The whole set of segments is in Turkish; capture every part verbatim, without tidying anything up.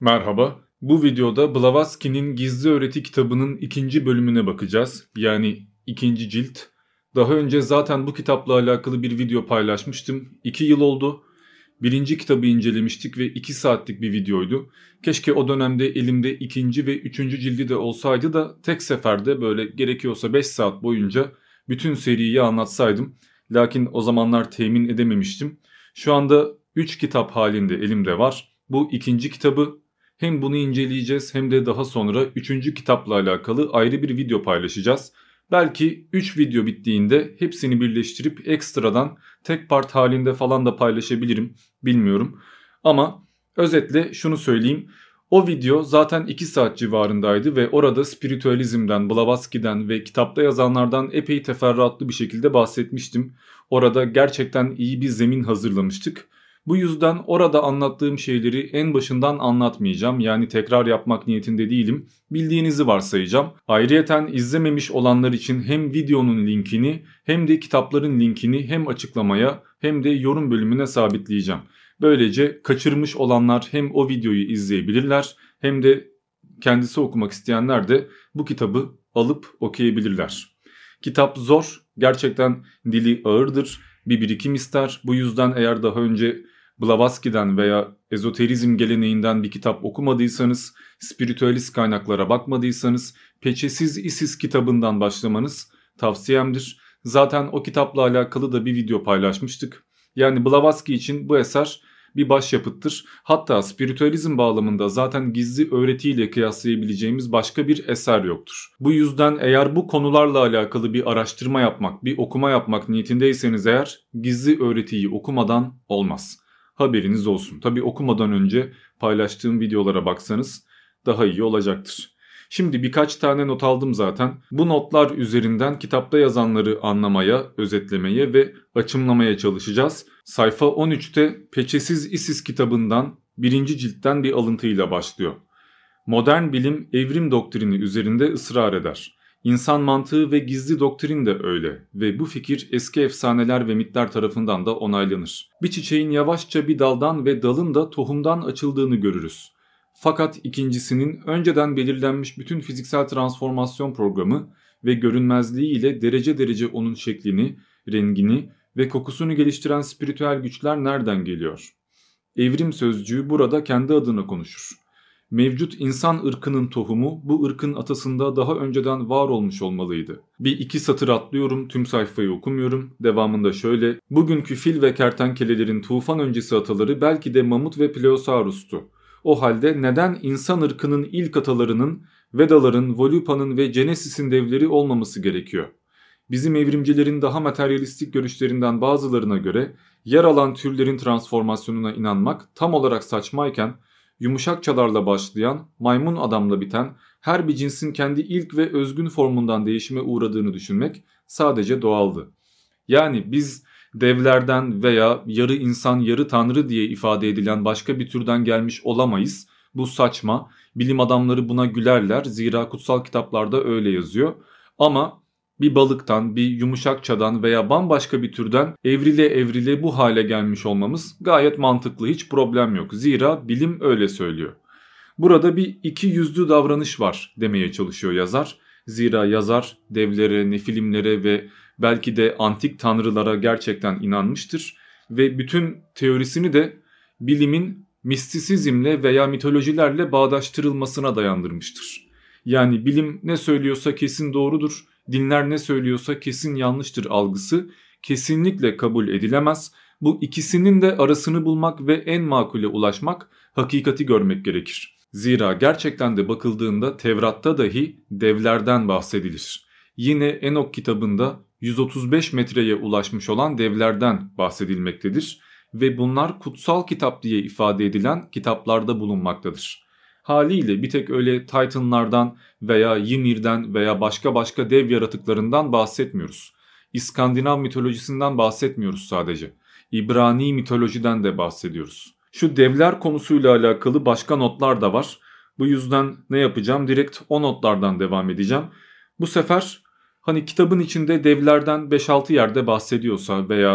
Merhaba. Bu videoda Blavatsky'nin Gizli Öğreti kitabının ikinci bölümüne bakacağız. Yani ikinci cilt. Daha önce zaten bu kitapla alakalı bir video paylaşmıştım. iki yıl oldu. Birinci kitabı incelemiştik ve iki saatlik bir videoydu. Keşke o dönemde elimde ikinci ve üçüncü cildi de olsaydı da tek seferde böyle gerekiyorsa beş saat boyunca bütün seriyi anlatsaydım. Lakin o zamanlar temin edememiştim. Şu anda üç kitap halinde elimde var. Bu ikinci kitabı. Hem bunu inceleyeceğiz hem de daha sonra üçüncü kitapla alakalı ayrı bir video paylaşacağız. Belki üç video bittiğinde hepsini birleştirip ekstradan tek part halinde falan da paylaşabilirim, bilmiyorum. Ama özetle şunu söyleyeyim. O video zaten iki saat civarındaydı ve orada spiritüalizmden, Blavatsky'den ve kitapta yazanlardan epey teferruatlı bir şekilde bahsetmiştim. Orada gerçekten iyi bir zemin hazırlamıştık. Bu yüzden orada anlattığım şeyleri en başından anlatmayacağım. Yani tekrar yapmak niyetinde değilim. Bildiğinizi varsayacağım. Ayrıyeten izlememiş olanlar için hem videonun linkini hem de kitapların linkini hem açıklamaya hem de yorum bölümüne sabitleyeceğim. Böylece kaçırmış olanlar hem o videoyu izleyebilirler hem de kendisi okumak isteyenler de bu kitabı alıp okuyabilirler. Kitap zor, gerçekten dili ağırdır, bir birikim ister. Bu yüzden eğer daha önce Blavatsky'den veya ezoterizm geleneğinden bir kitap okumadıysanız, spiritüalist kaynaklara bakmadıysanız Peçesiz Isis kitabından başlamanız tavsiyemdir. Zaten o kitapla alakalı da bir video paylaşmıştık. Yani Blavatsky için bu eser bir başyapıttır. Hatta spiritüalizm bağlamında zaten gizli öğretiyle kıyaslayabileceğimiz başka bir eser yoktur. Bu yüzden eğer bu konularla alakalı bir araştırma yapmak, bir okuma yapmak niyetindeyseniz eğer gizli öğretiyi okumadan olmaz. Haberiniz olsun. Tabii okumadan önce paylaştığım videolara baksanız daha iyi olacaktır. Şimdi birkaç tane not aldım zaten. Bu notlar üzerinden kitapta yazanları anlamaya, özetlemeye ve açımlamaya çalışacağız. Sayfa on üçte Peçesiz Isis kitabından birinci ciltten bir alıntıyla başlıyor. Modern bilim evrim doktrini üzerinde ısrar eder. İnsan mantığı ve gizli doktrin de öyle ve bu fikir eski efsaneler ve mitler tarafından da onaylanır. Bir çiçeğin yavaşça bir daldan ve dalın da tohumdan açıldığını görürüz. Fakat ikincisinin önceden belirlenmiş bütün fiziksel transformasyon programı ve görünmezliği ile derece derece onun şeklini, rengini ve kokusunu geliştiren spiritüel güçler nereden geliyor? Evrim sözcüğü burada kendi adına konuşur. Mevcut insan ırkının tohumu bu ırkın atasında daha önceden var olmuş olmalıydı. Bir iki satır atlıyorum, tüm sayfayı okumuyorum. Devamında şöyle: bugünkü fil ve kertenkelelerin tufan öncesi ataları belki de mamut ve pleosaurus'tu. O halde neden insan ırkının ilk atalarının, Vedaların, Volupa'nın ve Genesis'in devleri olmaması gerekiyor? Bizim evrimcilerin daha materyalistik görüşlerinden bazılarına göre yer alan türlerin transformasyonuna inanmak tam olarak saçmayken, yumuşakçalarla başlayan, maymun adamla biten her bir cinsin kendi ilk ve özgün formundan değişime uğradığını düşünmek sadece doğaldı. Yani biz devlerden veya yarı insan yarı tanrı diye ifade edilen başka bir türden gelmiş olamayız. Bu saçma. Bilim adamları buna gülerler. Zira kutsal kitaplarda öyle yazıyor. Ama bir balıktan, bir yumuşakçadan veya bambaşka bir türden evrile evrile bu hale gelmiş olmamız gayet mantıklı, hiç problem yok. Zira bilim öyle söylüyor. Burada bir iki yüzlü davranış var demeye çalışıyor yazar. Zira yazar devlere, nefilimlere ve belki de antik tanrılara gerçekten inanmıştır ve bütün teorisini de bilimin mistisizmle veya mitolojilerle bağdaştırılmasına dayandırmıştır. Yani bilim ne söylüyorsa kesin doğrudur, dinler ne söylüyorsa kesin yanlıştır algısı kesinlikle kabul edilemez. Bu ikisinin de arasını bulmak ve en makule ulaşmak, hakikati görmek gerekir. Zira gerçekten de bakıldığında Tevrat'ta dahi devlerden bahsedilir. Yine Enok kitabında yüz otuz beş metreye ulaşmış olan devlerden bahsedilmektedir ve bunlar kutsal kitap diye ifade edilen kitaplarda bulunmaktadır. Haliyle bir tek öyle Titanlardan veya Ymir'den veya başka başka dev yaratıklarından bahsetmiyoruz. İskandinav mitolojisinden bahsetmiyoruz sadece. İbrani mitolojiden de bahsediyoruz. Şu devler konusuyla alakalı başka notlar da var. Bu yüzden ne yapacağım? Direkt o notlardan devam edeceğim. Bu sefer hani kitabın içinde devlerden beş altı yerde bahsediyorsa veya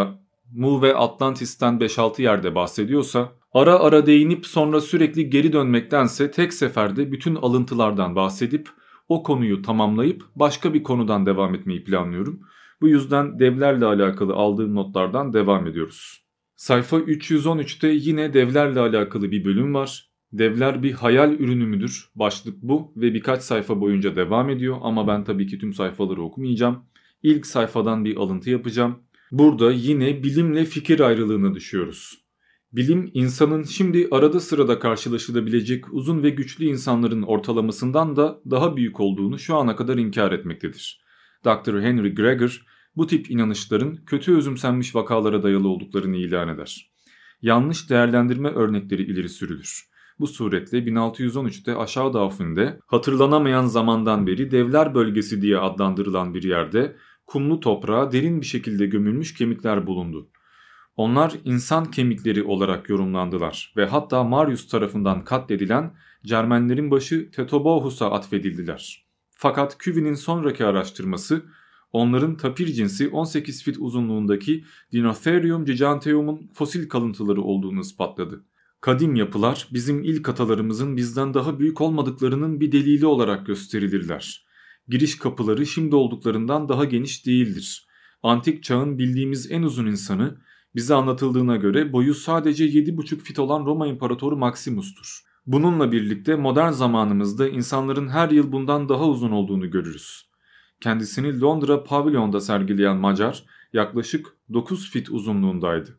Mu ve Atlantis'ten beş altı yerde bahsediyorsa, ara ara değinip sonra sürekli geri dönmektense tek seferde bütün alıntılardan bahsedip o konuyu tamamlayıp başka bir konudan devam etmeyi planlıyorum. Bu yüzden devlerle alakalı aldığım notlardan devam ediyoruz. Sayfa üç yüz on üçte yine devlerle alakalı bir bölüm var. Devler bir hayal ürünü müdür? Başlık bu ve birkaç sayfa boyunca devam ediyor ama ben tabii ki tüm sayfaları okumayacağım. İlk sayfadan bir alıntı yapacağım. Burada yine bilimle fikir ayrılığına düşüyoruz. Bilim, insanın şimdi arada sırada karşılaşılabilecek uzun ve güçlü insanların ortalamasından da daha büyük olduğunu şu ana kadar inkar etmektedir. doktor Henry Greger bu tip inanışların kötü özümsenmiş vakalara dayalı olduklarını ilan eder. Yanlış değerlendirme örnekleri ileri sürülür. Bu suretle bin altı yüz on üçte aşağı Dauphin'de hatırlanamayan zamandan beri Devler Bölgesi diye adlandırılan bir yerde kumlu toprağa derin bir şekilde gömülmüş kemikler bulundu. Onlar insan kemikleri olarak yorumlandılar ve hatta Marius tarafından katledilen Cermenlerin başı Tetobohus'a atfedildiler. Fakat Cuvier'in sonraki araştırması onların tapir cinsi on sekiz fit uzunluğundaki Dinotherium giganteum'un fosil kalıntıları olduğunu ispatladı. Kadim yapılar bizim ilk atalarımızın bizden daha büyük olmadıklarının bir delili olarak gösterilirler. Giriş kapıları şimdi olduklarından daha geniş değildir. Antik çağın bildiğimiz en uzun insanı bize anlatıldığına göre boyu sadece yedi buçuk fit olan Roma İmparatoru Maximus'tur. Bununla birlikte modern zamanımızda insanların her yıl bundan daha uzun olduğunu görürüz. Kendisini Londra pavilyonda sergileyen Macar yaklaşık dokuz fit uzunluğundaydı.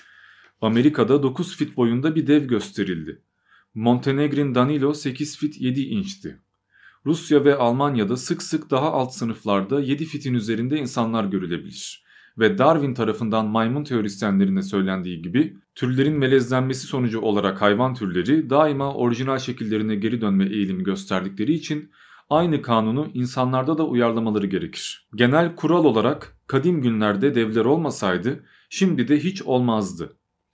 Amerika'da dokuz fit boyunda bir dev gösterildi. Montenegrin Danilo sekiz fit yedi inçti. Rusya ve Almanya'da sık sık daha alt sınıflarda yedi fitin üzerinde insanlar görülebilir. Ve Darwin tarafından maymun teorisyenlerine söylendiği gibi türlerin melezlenmesi sonucu olarak hayvan türleri daima orijinal şekillerine geri dönme eğilimi gösterdikleri için aynı kanunu insanlarda da uyarlamaları gerekir. Genel kural olarak kadim günlerde devler olmasaydı şimdi de hiç olmazdı.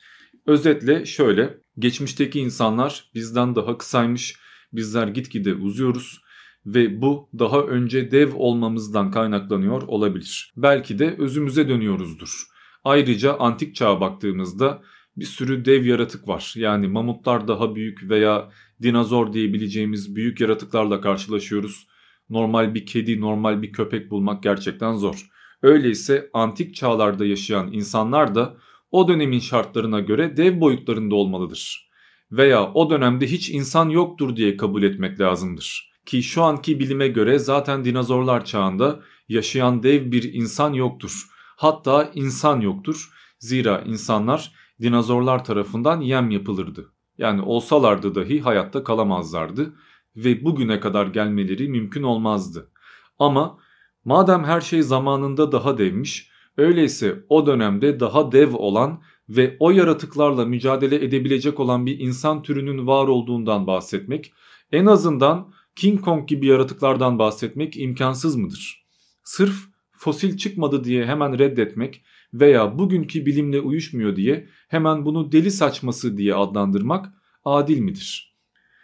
Özetle şöyle, geçmişteki insanlar bizden daha kısaymış, bizler gitgide uzuyoruz ve bu daha önce dev olmamızdan kaynaklanıyor olabilir. Belki de özümüze dönüyoruzdur. Ayrıca antik çağa baktığımızda bir sürü dev yaratık var. Yani mamutlar daha büyük veya dinozor diyebileceğimiz büyük yaratıklarla karşılaşıyoruz. Normal bir kedi, normal bir köpek bulmak gerçekten zor. Öyleyse antik çağlarda yaşayan insanlar da o dönemin şartlarına göre dev boyutlarında olmalıdır. Veya o dönemde hiç insan yoktur diye kabul etmek lazımdır. Ki şu anki bilime göre zaten dinozorlar çağında yaşayan dev bir insan yoktur. Hatta insan yoktur. Zira insanlar dinozorlar tarafından yem yapılırdı. Yani olsalardı dahi hayatta kalamazlardı ve bugüne kadar gelmeleri mümkün olmazdı. Ama madem her şey zamanında daha devmiş, öyleyse o dönemde daha dev olan ve o yaratıklarla mücadele edebilecek olan bir insan türünün var olduğundan bahsetmek, en azından King Kong gibi yaratıklardan bahsetmek imkansız mıdır? Sırf fosil çıkmadı diye hemen reddetmek veya bugünkü bilimle uyuşmuyor diye hemen bunu deli saçması diye adlandırmak adil midir?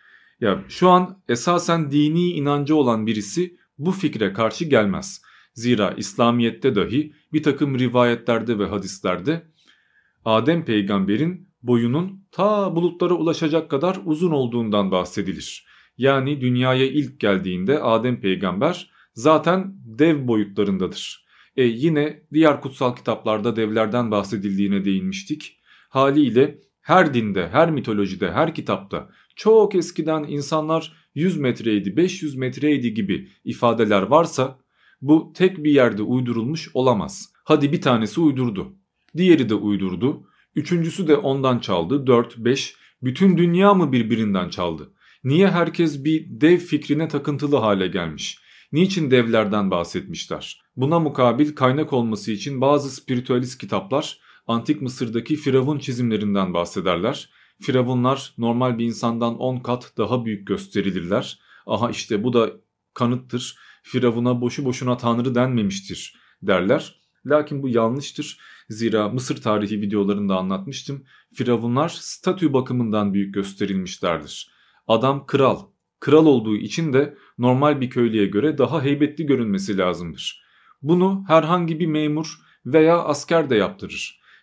Ya şu an esasen dini inancı olan birisi bu fikre karşı gelmez. Zira İslamiyet'te dahi bir takım rivayetlerde ve hadislerde Adem peygamberin boyunun ta bulutlara ulaşacak kadar uzun olduğundan bahsedilir. Yani dünyaya ilk geldiğinde Adem peygamber zaten dev boyutlarındadır. E yine diğer kutsal kitaplarda devlerden bahsedildiğine değinmiştik. Haliyle her dinde, her mitolojide, her kitapta çok eskiden insanlar yüz metreydi, beş yüz metreydi gibi ifadeler varsa bu tek bir yerde uydurulmuş olamaz. Hadi bir tanesi uydurdu. Diğeri de uydurdu. Üçüncüsü de ondan çaldı. dört, beş. Bütün dünya mı birbirinden çaldı? Niye herkes bir dev fikrine takıntılı hale gelmiş? Niçin devlerden bahsetmişler? Buna mukabil kaynak olması için bazı spiritüalist kitaplar Antik Mısır'daki firavun çizimlerinden bahsederler. Firavunlar normal bir insandan on kat daha büyük gösterilirler. Aha işte bu da kanıttır. Firavuna boşu boşuna tanrı denmemiştir derler. Lakin bu yanlıştır. Zira Mısır tarihi videolarında anlatmıştım. Firavunlar statü bakımından büyük gösterilmişlerdir. Adam kral. Kral olduğu için de normal bir köylüye göre daha heybetli görünmesi lazımdır. Bunu herhangi bir memur veya asker de yaptırır.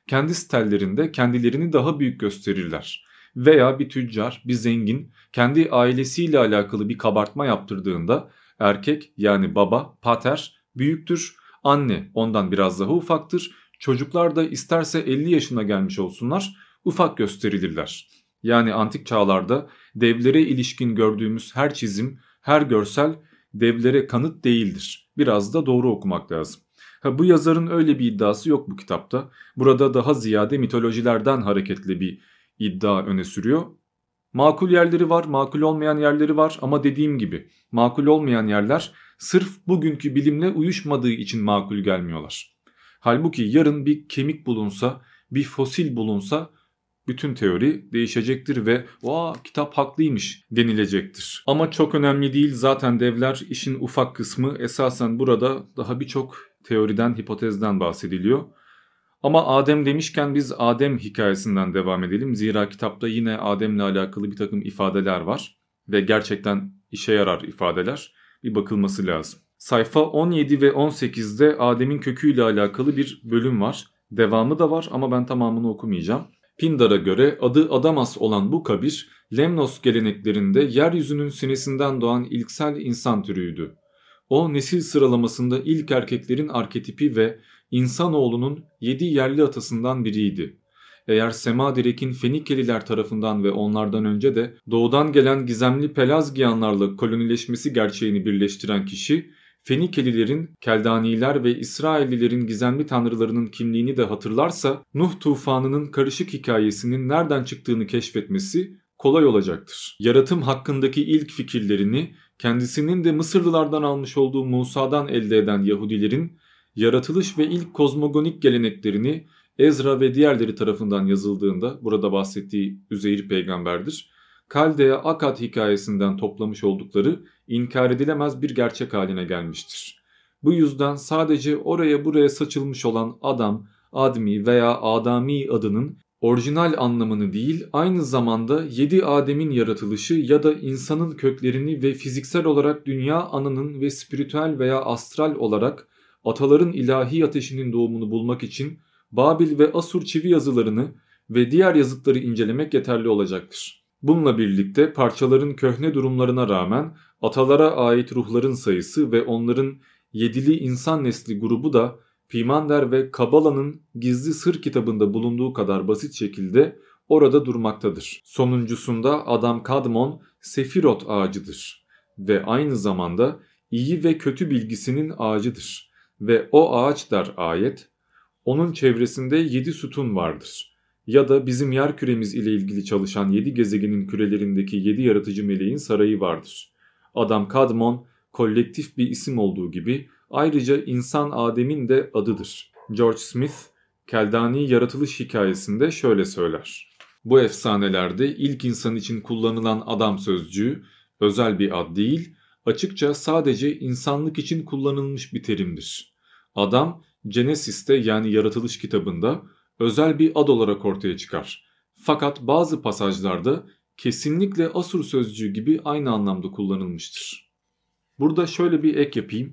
kendi stellerinde kendilerini daha büyük gösterirler. Veya bir tüccar, bir zengin kendi ailesiyle alakalı bir kabartma yaptırdığında erkek yani baba, pater büyüktür, anne ondan biraz daha ufaktır. Çocuklar da isterse elli yaşına gelmiş olsunlar ufak gösterilirler. Yani antik çağlarda devlere ilişkin gördüğümüz her çizim, her görsel devlere kanıt değildir. Biraz da doğru okumak lazım. Ha, bu yazarın öyle bir iddiası yok bu kitapta. Burada daha ziyade mitolojilerden hareketli bir iddia öne sürüyor. Makul yerleri var, makul olmayan yerleri var ama dediğim gibi makul olmayan yerler sırf bugünkü bilimle uyuşmadığı için makul gelmiyorlar. Halbuki yarın bir kemik bulunsa, bir fosil bulunsa bütün teori değişecektir ve "Vaa, kitap haklıymış" denilecektir. Ama çok önemli değil, zaten devler işin ufak kısmı, esasen burada daha birçok teoriden, hipotezden bahsediliyor. Ama Adem demişken biz Adem hikayesinden devam edelim. Zira kitapta yine Adem'le alakalı bir takım ifadeler var ve gerçekten işe yarar ifadeler. Bir bakılması lazım. Sayfa on yedi ve on sekizde Adem'in köküyle alakalı bir bölüm var. Devamı da var ama ben tamamını okumayacağım. Pindar'a göre adı Adamas olan bu kabir, Lemnos geleneklerinde yeryüzünün sinesinden doğan ilksel insan türüydü. O nesil sıralamasında ilk erkeklerin arketipi ve insanoğlunun yedi yerli atasından biriydi. Eğer Semadirek'in Fenikeliler tarafından ve onlardan önce de doğudan gelen gizemli Pelazgiyanlarla kolonileşmesi gerçeğini birleştiren kişi, Fenikelilerin, Keldaniler ve İsraillilerin gizemli tanrılarının kimliğini de hatırlarsa Nuh tufanının karışık hikayesinin nereden çıktığını keşfetmesi kolay olacaktır. Yaratım hakkındaki ilk fikirlerini kendisinin de Mısırlılardan almış olduğu Musa'dan elde eden Yahudilerin yaratılış ve ilk kozmogonik geleneklerini Ezra ve diğerleri tarafından yazıldığında, burada bahsettiği Üzeyir peygamberdir, Kaldea Akkad hikayesinden toplamış oldukları inkar edilemez bir gerçek haline gelmiştir. Bu yüzden sadece oraya buraya saçılmış olan Adam, Admi veya Adami adının orijinal anlamını değil, aynı zamanda yedi Adem'in yaratılışı ya da insanın köklerini ve fiziksel olarak dünya anının ve spiritüel veya astral olarak ataların ilahi ateşinin doğumunu bulmak için Babil ve Asur çivi yazılarını ve diğer yazıtları incelemek yeterli olacaktır. Bununla birlikte parçaların köhne durumlarına rağmen atalara ait ruhların sayısı ve onların yedili insan nesli grubu da Pimander ve Kabala'nın gizli sır kitabında bulunduğu kadar basit şekilde orada durmaktadır. Sonuncusunda Adam Kadmon Sefirot ağacıdır ve aynı zamanda iyi ve kötü bilgisinin ağacıdır ve o ağaç der ayet, onun çevresinde yedi sütun vardır. Ya da bizim yer küremiz ile ilgili çalışan yedi gezegenin kürelerindeki yedi yaratıcı meleğin sarayı vardır. Adam Kadmon kolektif bir isim olduğu gibi ayrıca insan Adem'in de adıdır. George Smith, Keldani yaratılış hikayesinde şöyle söyler. Bu efsanelerde ilk insan için kullanılan adam sözcüğü özel bir ad değil, açıkça sadece insanlık için kullanılmış bir terimdir. Adam, Genesis'te yani yaratılış kitabında özel bir ad olarak ortaya çıkar. Fakat bazı pasajlarda kesinlikle Asur sözcüğü gibi aynı anlamda kullanılmıştır. Burada şöyle bir ek yapayım.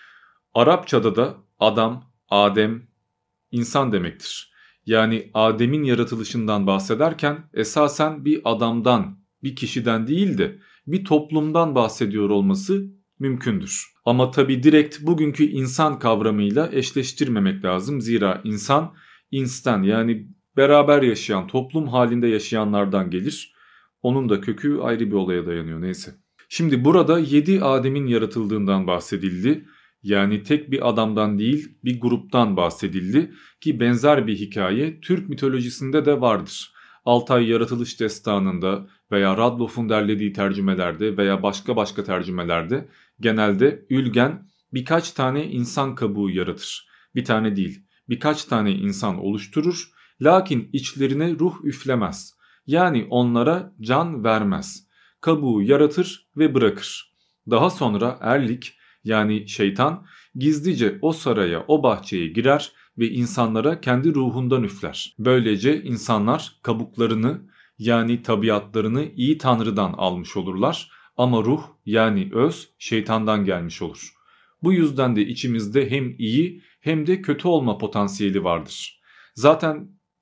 Arapçada da adam, Adem, insan demektir. Yani Adem'in yaratılışından bahsederken esasen bir adamdan, bir kişiden değil de bir toplumdan bahsediyor olması mümkündür. Ama tabi direkt bugünkü insan kavramıyla eşleştirmemek lazım. Zira insan, insten yani beraber yaşayan, toplum halinde yaşayanlardan gelir. Onun da kökü ayrı bir olaya dayanıyor, neyse. Şimdi burada yedi Adem'in yaratıldığından bahsedildi. Yani tek bir adamdan değil bir gruptan bahsedildi ki benzer bir hikaye Türk mitolojisinde de vardır. Altay Yaratılış Destanı'nda veya Radloff'un derlediği tercümelerde veya başka başka tercümelerde genelde Ülgen birkaç tane insan kabuğu yaratır. Bir tane değil, birkaç tane insan oluşturur, lakin içlerine ruh üflemez. Yani onlara can vermez. Kabuğu yaratır ve bırakır. Daha sonra Erlik yani şeytan gizlice o saraya, o bahçeye girer ve insanlara kendi ruhundan üfler. Böylece insanlar kabuklarını yani tabiatlarını iyi Tanrı'dan almış olurlar ama ruh yani öz şeytandan gelmiş olur. Bu yüzden de içimizde hem iyi hem de kötü olma potansiyeli vardır. Zaten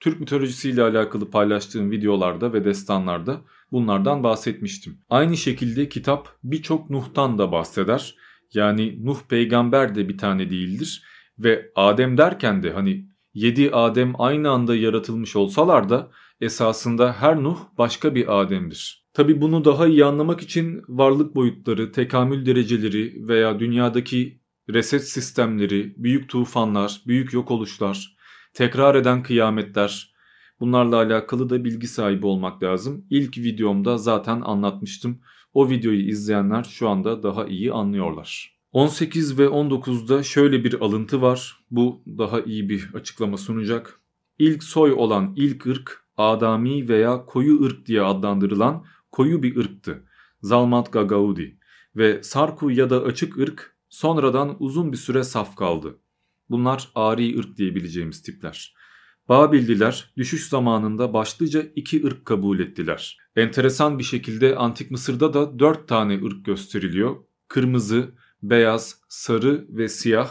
Türk mitolojisiyle alakalı paylaştığım videolarda ve destanlarda bunlardan bahsetmiştim. Aynı şekilde kitap birçok Nuh'tan da bahseder. Yani Nuh peygamber de bir tane değildir. Ve Adem derken de hani yedi Adem aynı anda yaratılmış olsalar da esasında her Nuh başka bir Adem'dir. Tabi bunu daha iyi anlamak için varlık boyutları, tekamül dereceleri veya dünyadaki reset sistemleri, büyük tufanlar, büyük yok oluşlar, tekrar eden kıyametler, bunlarla alakalı da bilgi sahibi olmak lazım. İlk videomda zaten anlatmıştım. O videoyu izleyenler şu anda daha iyi anlıyorlar. on sekiz ve on dokuzda şöyle bir alıntı var. Bu daha iyi bir açıklama sunacak. İlk soy olan ilk ırk Adami veya koyu ırk diye adlandırılan koyu bir ırktı. Zalmat Gagaudi ve Sarku ya da açık ırk sonradan uzun bir süre saf kaldı. Bunlar ari ırk diyebileceğimiz tipler. Babilliler düşüş zamanında başlıca iki ırk kabul ettiler. Enteresan bir şekilde Antik Mısır'da da dört tane ırk gösteriliyor. Kırmızı, beyaz, sarı ve siyah.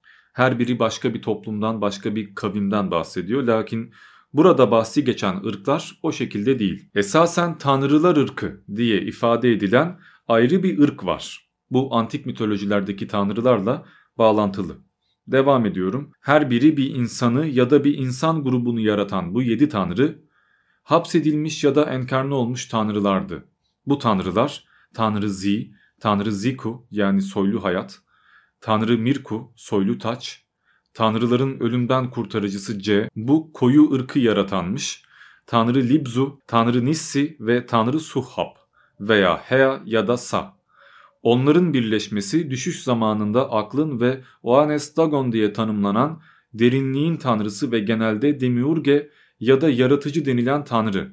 Her biri başka bir toplumdan, başka bir kavimden bahsediyor. Lakin burada bahsi geçen ırklar o şekilde değil. Esasen tanrılar ırkı diye ifade edilen ayrı bir ırk var. Bu antik mitolojilerdeki tanrılarla bağlantılı. Devam ediyorum. Her biri bir insanı ya da bir insan grubunu yaratan bu yedi tanrı hapsedilmiş ya da enkarne olmuş tanrılardı. Bu tanrılar Tanrı Zi, Tanrı Ziku yani soylu hayat, Tanrı Mirku soylu taç, tanrıların ölümden kurtarıcısı Ce bu koyu ırkı yaratanmış, Tanrı Libzu, Tanrı Nissi ve Tanrı Suhab veya Hea ya da Sa. Onların birleşmesi düşüş zamanında aklın ve Oannes Dagon diye tanımlanan derinliğin tanrısı ve genelde Demiurge ya da yaratıcı denilen tanrı.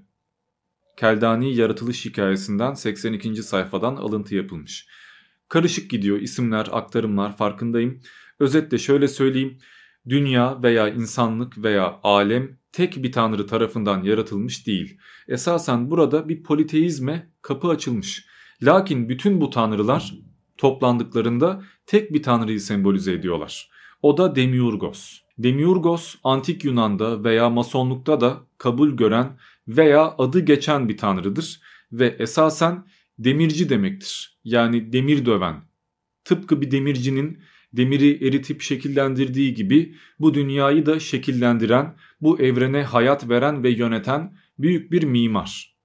Keldani yaratılış hikayesinden seksen ikinci sayfadan alıntı yapılmış. Karışık gidiyor isimler, aktarımlar farkındayım. Özetle şöyle söyleyeyim. Dünya veya insanlık veya alem tek bir tanrı tarafından yaratılmış değil. Esasen burada bir politeizme kapı açılmış. Lakin bütün bu tanrılar toplandıklarında tek bir tanrıyı sembolize ediyorlar. O da Demiurgos. Demiurgos antik Yunan'da veya Masonlukta da kabul gören veya adı geçen bir tanrıdır ve esasen demirci demektir. Yani demir döven. Tıpkı bir demircinin demiri eritip şekillendirdiği gibi bu dünyayı da şekillendiren, bu evrene hayat veren ve yöneten büyük bir mimar.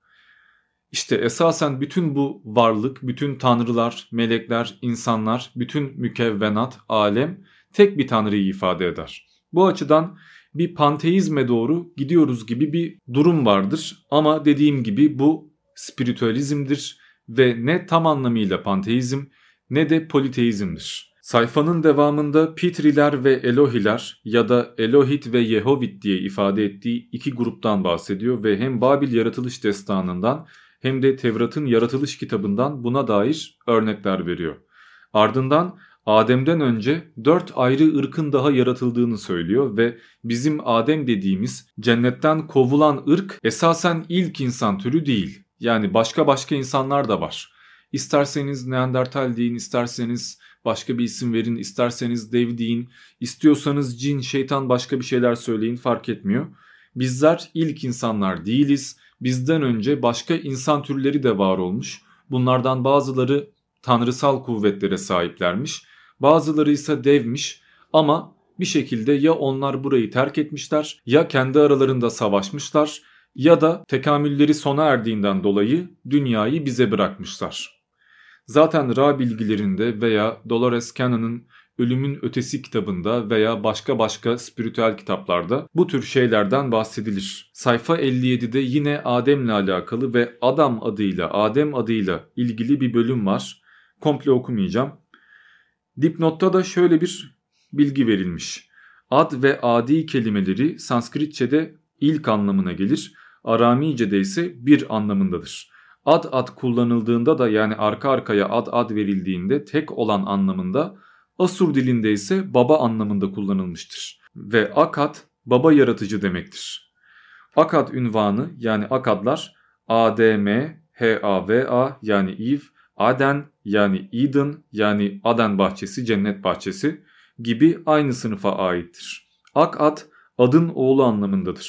İşte esasen bütün bu varlık, bütün tanrılar, melekler, insanlar, bütün mükevvenat, alem tek bir tanrıyı ifade eder. Bu açıdan bir panteizme doğru gidiyoruz gibi bir durum vardır. Ama dediğim gibi bu spiritüalizmdir ve ne tam anlamıyla panteizm ne de politeizmdir. Sayfanın devamında Pitriler ve Elohiler ya da Elohit ve Yehovit diye ifade ettiği iki gruptan bahsediyor ve hem Babil yaratılış destanından hem de Tevrat'ın yaratılış kitabından buna dair örnekler veriyor. Ardından Adem'den önce dört ayrı ırkın daha yaratıldığını söylüyor ve bizim Adem dediğimiz cennetten kovulan ırk esasen ilk insan türü değil. Yani başka başka insanlar da var. İsterseniz Neandertal deyin, isterseniz başka bir isim verin, isterseniz dev deyin, istiyorsanız cin, şeytan başka bir şeyler söyleyin fark etmiyor. Bizler ilk insanlar değiliz. Bizden önce başka insan türleri de var olmuş. Bunlardan bazıları tanrısal kuvvetlere sahiplermiş. Bazıları ise devmiş ama bir şekilde ya onlar burayı terk etmişler ya kendi aralarında savaşmışlar ya da tekamülleri sona erdiğinden dolayı dünyayı bize bırakmışlar. Zaten Ra bilgilerinde veya Dolores Cannon'ın Ölümün Ötesi kitabında veya başka başka spiritüel kitaplarda bu tür şeylerden bahsedilir. Sayfa elli yedide yine Adem'le alakalı ve Adam adıyla, Adem adıyla ilgili bir bölüm var. Komple okumayacağım. Dipnotta da şöyle bir bilgi verilmiş. Ad ve adi kelimeleri Sanskritçe'de ilk anlamına gelir. Aramice'de ise bir anlamındadır. Ad ad kullanıldığında da yani arka arkaya ad ad verildiğinde tek olan anlamında, Asur dilinde ise baba anlamında kullanılmıştır. Ve Akkad baba yaratıcı demektir. Akkad ünvanı yani Akkadlar Adem, H-A-V-A yani Eve, Aden yani Eden yani Aden bahçesi, cennet bahçesi gibi aynı sınıfa aittir. Akkad adın oğlu anlamındadır.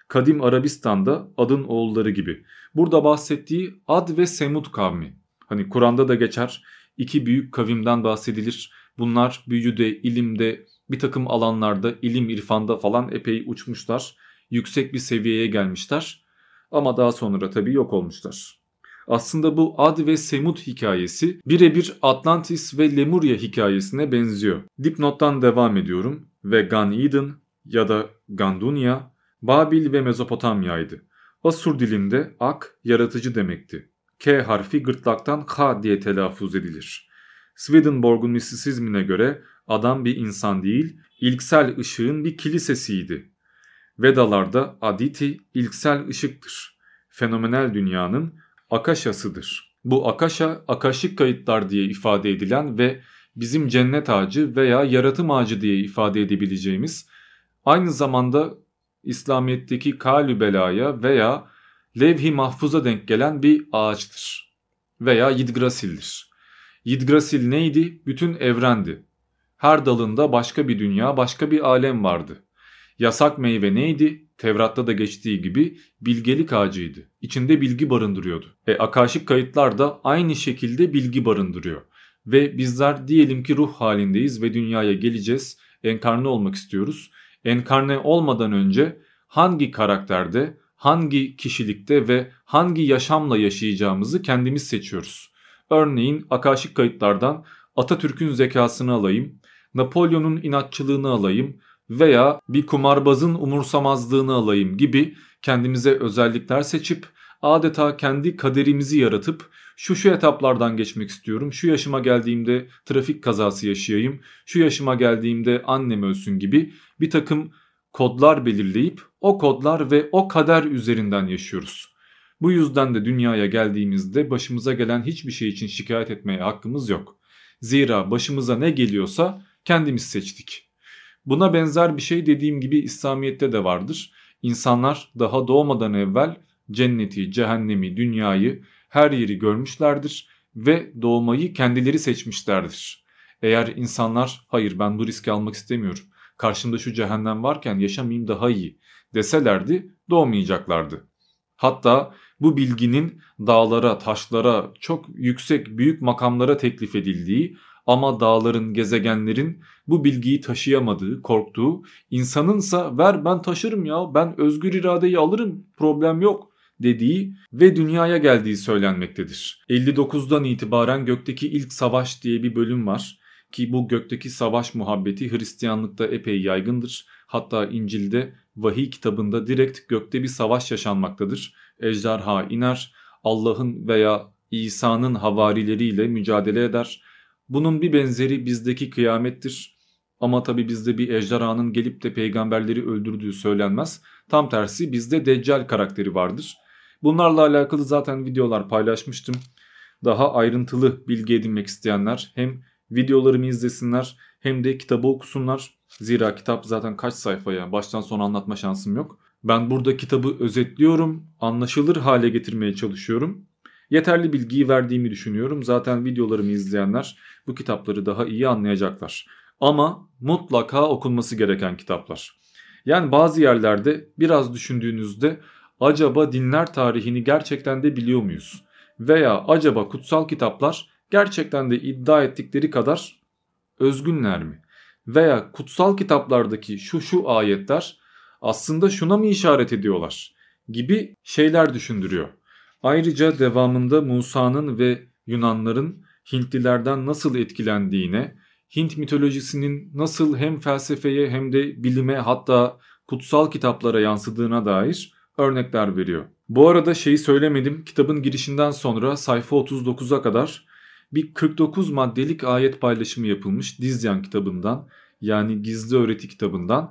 Kadim Arabistan'da Ad'ın oğulları gibi. Burada bahsettiği Ad ve Semud kavmi. Hani Kur'an'da da geçer, iki büyük kavimden bahsedilir. Bunlar büyüde, ilimde, bir takım alanlarda, ilim irfanda falan epey uçmuşlar. Yüksek bir seviyeye gelmişler. Ama daha sonra tabii yok olmuşlar. Aslında bu Ad ve Semud hikayesi birebir Atlantis ve Lemurya hikayesine benziyor. Dipnottan devam ediyorum ve Gan Eden ya da Gandunya, Babil ve Mezopotamya'ydı. Asur dilinde Ak yaratıcı demekti. K harfi gırtlaktan K diye telaffuz edilir. Swedenborg'un mistisizmine göre adam bir insan değil, ilksel ışığın bir kilisesiydi. Vedalarda Aditi ilksel ışıktır. Fenomenal dünyanın Akaşasıdır. Bu Akaşa, akaşik kayıtlar diye ifade edilen ve bizim cennet ağacı veya yaratım ağacı diye ifade edebileceğimiz, aynı zamanda İslamiyet'teki Kalü Belaya veya Levh-i Mahfuz'a denk gelen bir ağaçtır. Veya Yggdrasil'dir. Yggdrasil neydi? Bütün evrendi. Her dalında başka bir dünya, başka bir alem vardı. Yasak meyve neydi? Tevrat'ta da geçtiği gibi bilgelik ağacıydı. İçinde bilgi barındırıyordu. E, akaşik kayıtlar da aynı şekilde bilgi barındırıyor. Ve bizler diyelim ki ruh halindeyiz ve dünyaya geleceğiz. Enkarne olmak istiyoruz. Enkarne olmadan önce hangi karakterde, hangi kişilikte ve hangi yaşamla yaşayacağımızı kendimiz seçiyoruz. Örneğin akaşik kayıtlardan Atatürk'ün zekasını alayım, Napolyon'un inatçılığını alayım veya bir kumarbazın umursamazlığını alayım gibi kendimize özellikler seçip adeta kendi kaderimizi yaratıp şu şu etaplardan geçmek istiyorum, şu yaşıma geldiğimde trafik kazası yaşayayım, şu yaşıma geldiğimde annem ölsün gibi bir takım kodlar belirleyip o kodlar ve o kader üzerinden yaşıyoruz. Bu yüzden de dünyaya geldiğimizde başımıza gelen hiçbir şey için şikayet etmeye hakkımız yok. Zira başımıza ne geliyorsa kendimiz seçtik. Buna benzer bir şey dediğim gibi İslamiyet'te de vardır. İnsanlar daha doğmadan evvel cenneti, cehennemi, dünyayı, her yeri görmüşlerdir ve doğmayı kendileri seçmişlerdir. Eğer insanlar hayır ben bu riski almak istemiyorum, karşımda şu cehennem varken yaşamayayım daha iyi deselerdi doğmayacaklardı. Hatta bu bilginin dağlara, taşlara, çok yüksek büyük makamlara teklif edildiği ama dağların, gezegenlerin bu bilgiyi taşıyamadığı, korktuğu, insanınsa ver ben taşırım ya, ben özgür iradeyi alırım, problem yok dediği ve dünyaya geldiği söylenmektedir. elli dokuzdan itibaren Gökteki İlk Savaş diye bir bölüm var ki bu gökteki savaş muhabbeti Hristiyanlıkta epey yaygındır. Hatta İncil'de, vahiy kitabında direkt gökte bir savaş yaşanmaktadır. Ejderha iner, Allah'ın veya İsa'nın havarileriyle mücadele eder. Bunun bir benzeri bizdeki kıyamettir. Ama tabi bizde bir ejderhanın gelip de peygamberleri öldürdüğü söylenmez. Tam tersi bizde Deccal karakteri vardır. Bunlarla alakalı zaten videolar paylaşmıştım. Daha ayrıntılı bilgi edinmek isteyenler hem videolarımı izlesinler hem de kitabı okusunlar. Zira kitap zaten kaç sayfaya baştan sona anlatma şansım yok. Ben burada kitabı özetliyorum, anlaşılır hale getirmeye çalışıyorum. Yeterli bilgiyi verdiğimi düşünüyorum. Zaten videolarımı izleyenler bu kitapları daha iyi anlayacaklar. Ama mutlaka okunması gereken kitaplar. Yani bazı yerlerde biraz düşündüğünüzde acaba dinler tarihini gerçekten de biliyor muyuz? Veya acaba kutsal kitaplar gerçekten de iddia ettikleri kadar özgünler mi? Veya kutsal kitaplardaki şu şu ayetler aslında şuna mı işaret ediyorlar gibi şeyler düşündürüyor. Ayrıca devamında Musa'nın ve Yunanların Hintlilerden nasıl etkilendiğine, Hint mitolojisinin nasıl hem felsefeye hem de bilime hatta kutsal kitaplara yansıdığına dair örnekler veriyor. Bu arada şeyi söylemedim, kitabın girişinden sonra sayfa otuz dokuza kadar bir kırk dokuz maddelik ayet paylaşımı yapılmış Dizyan kitabından, yani Gizli Öğreti kitabından.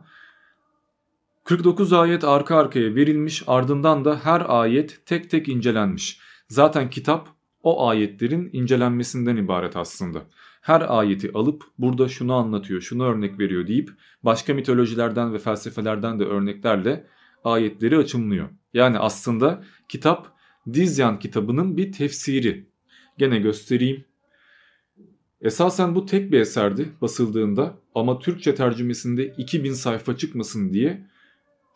kırk dokuz ayet arka arkaya verilmiş, ardından da her ayet tek tek incelenmiş. Zaten kitap o ayetlerin incelenmesinden ibaret aslında. Her ayeti alıp burada şunu anlatıyor, şunu örnek veriyor deyip başka mitolojilerden ve felsefelerden de örneklerle ayetleri açımlıyor. Yani aslında kitap Dizyan kitabının bir tefsiri. Gene göstereyim. Esasen bu tek bir eserdi basıldığında ama Türkçe tercümesinde iki bin sayfa çıkmasın diye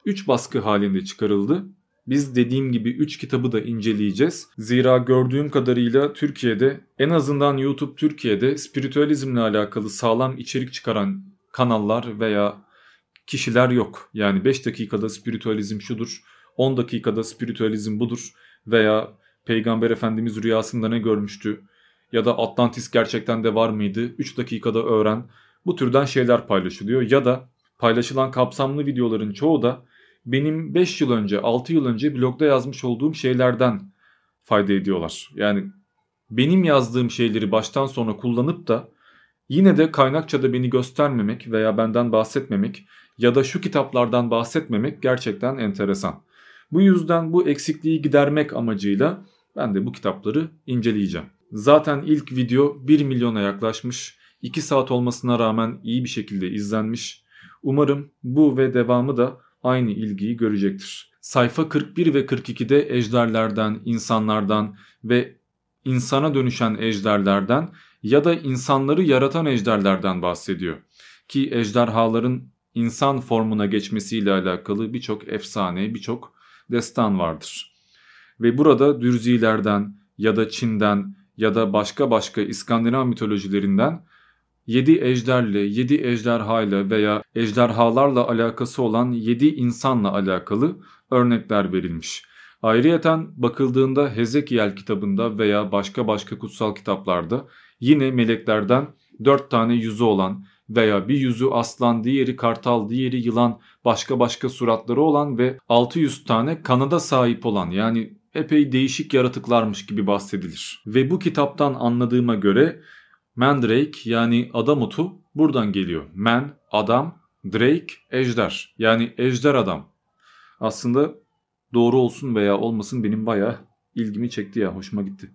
üç baskı halinde çıkarıldı. Biz dediğim gibi üç kitabı da inceleyeceğiz. Zira gördüğüm kadarıyla Türkiye'de, en azından YouTube Türkiye'de spiritüalizmle alakalı sağlam içerik çıkaran kanallar veya kişiler yok. Yani beş dakikada spiritüalizm şudur, on dakikada spiritüalizm budur veya Peygamber Efendimiz rüyasında ne görmüştü ya da Atlantis gerçekten de var mıydı, üç dakikada öğren. Bu türden şeyler paylaşılıyor ya da paylaşılan kapsamlı videoların çoğu da benim beş yıl önce, altı yıl önce blogda yazmış olduğum şeylerden fayda ediyorlar. Yani benim yazdığım şeyleri baştan sona kullanıp da yine de kaynakçada beni göstermemek veya benden bahsetmemek ya da şu kitaplardan bahsetmemek gerçekten enteresan. Bu yüzden bu eksikliği gidermek amacıyla ben de bu kitapları inceleyeceğim. Zaten ilk video bir milyona yaklaşmış, iki saat olmasına rağmen iyi bir şekilde izlenmiş. Umarım bu ve devamı da aynı ilgiyi görecektir. Sayfa kırk bir ve kırk ikide ejderlerden, insanlardan ve insana dönüşen ejderlerden ya da insanları yaratan ejderlerden bahsediyor. Ki ejderhaların insan formuna geçmesiyle alakalı birçok efsane, birçok destan vardır. Ve burada Dürzilerden ya da Çin'den ya da başka başka İskandinav mitolojilerinden yedi ejderle, yedi ejderhayla veya ejderhalarla alakası olan yedi insanla alakalı örnekler verilmiş. Ayrıyeten bakıldığında Hezekiel kitabında veya başka başka kutsal kitaplarda yine meleklerden dört tane yüzü olan veya bir yüzü aslan, diğeri kartal, diğeri yılan, başka başka suratları olan ve altı yüz tane kanada sahip olan, yani epey değişik yaratıklarmış gibi bahsedilir. Ve bu kitaptan anladığıma göre Mandrake yani adam otu buradan geliyor. Man, adam, Drake, ejder. Yani ejder adam. Aslında doğru olsun veya olmasın benim bayağı ilgimi çekti ya, hoşuma gitti.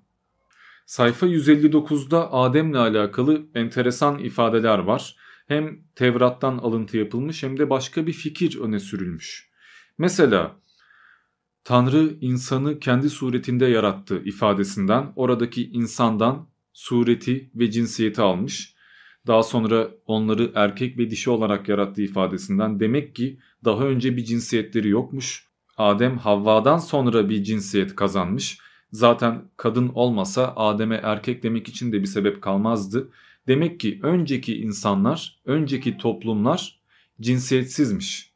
Sayfa yüz elli dokuzda Adem'le alakalı enteresan ifadeler var. Hem Tevrat'tan alıntı yapılmış hem de başka bir fikir öne sürülmüş. Mesela Tanrı insanı kendi suretinde yarattı ifadesinden oradaki insandan sureti ve cinsiyeti almış. Daha sonra onları erkek ve dişi olarak yarattığı ifadesinden demek ki daha önce bir cinsiyetleri yokmuş. Adem Havva'dan sonra bir cinsiyet kazanmış. Zaten kadın olmasa Adem'e erkek demek için de bir sebep kalmazdı. Demek ki önceki insanlar, önceki toplumlar cinsiyetsizmiş.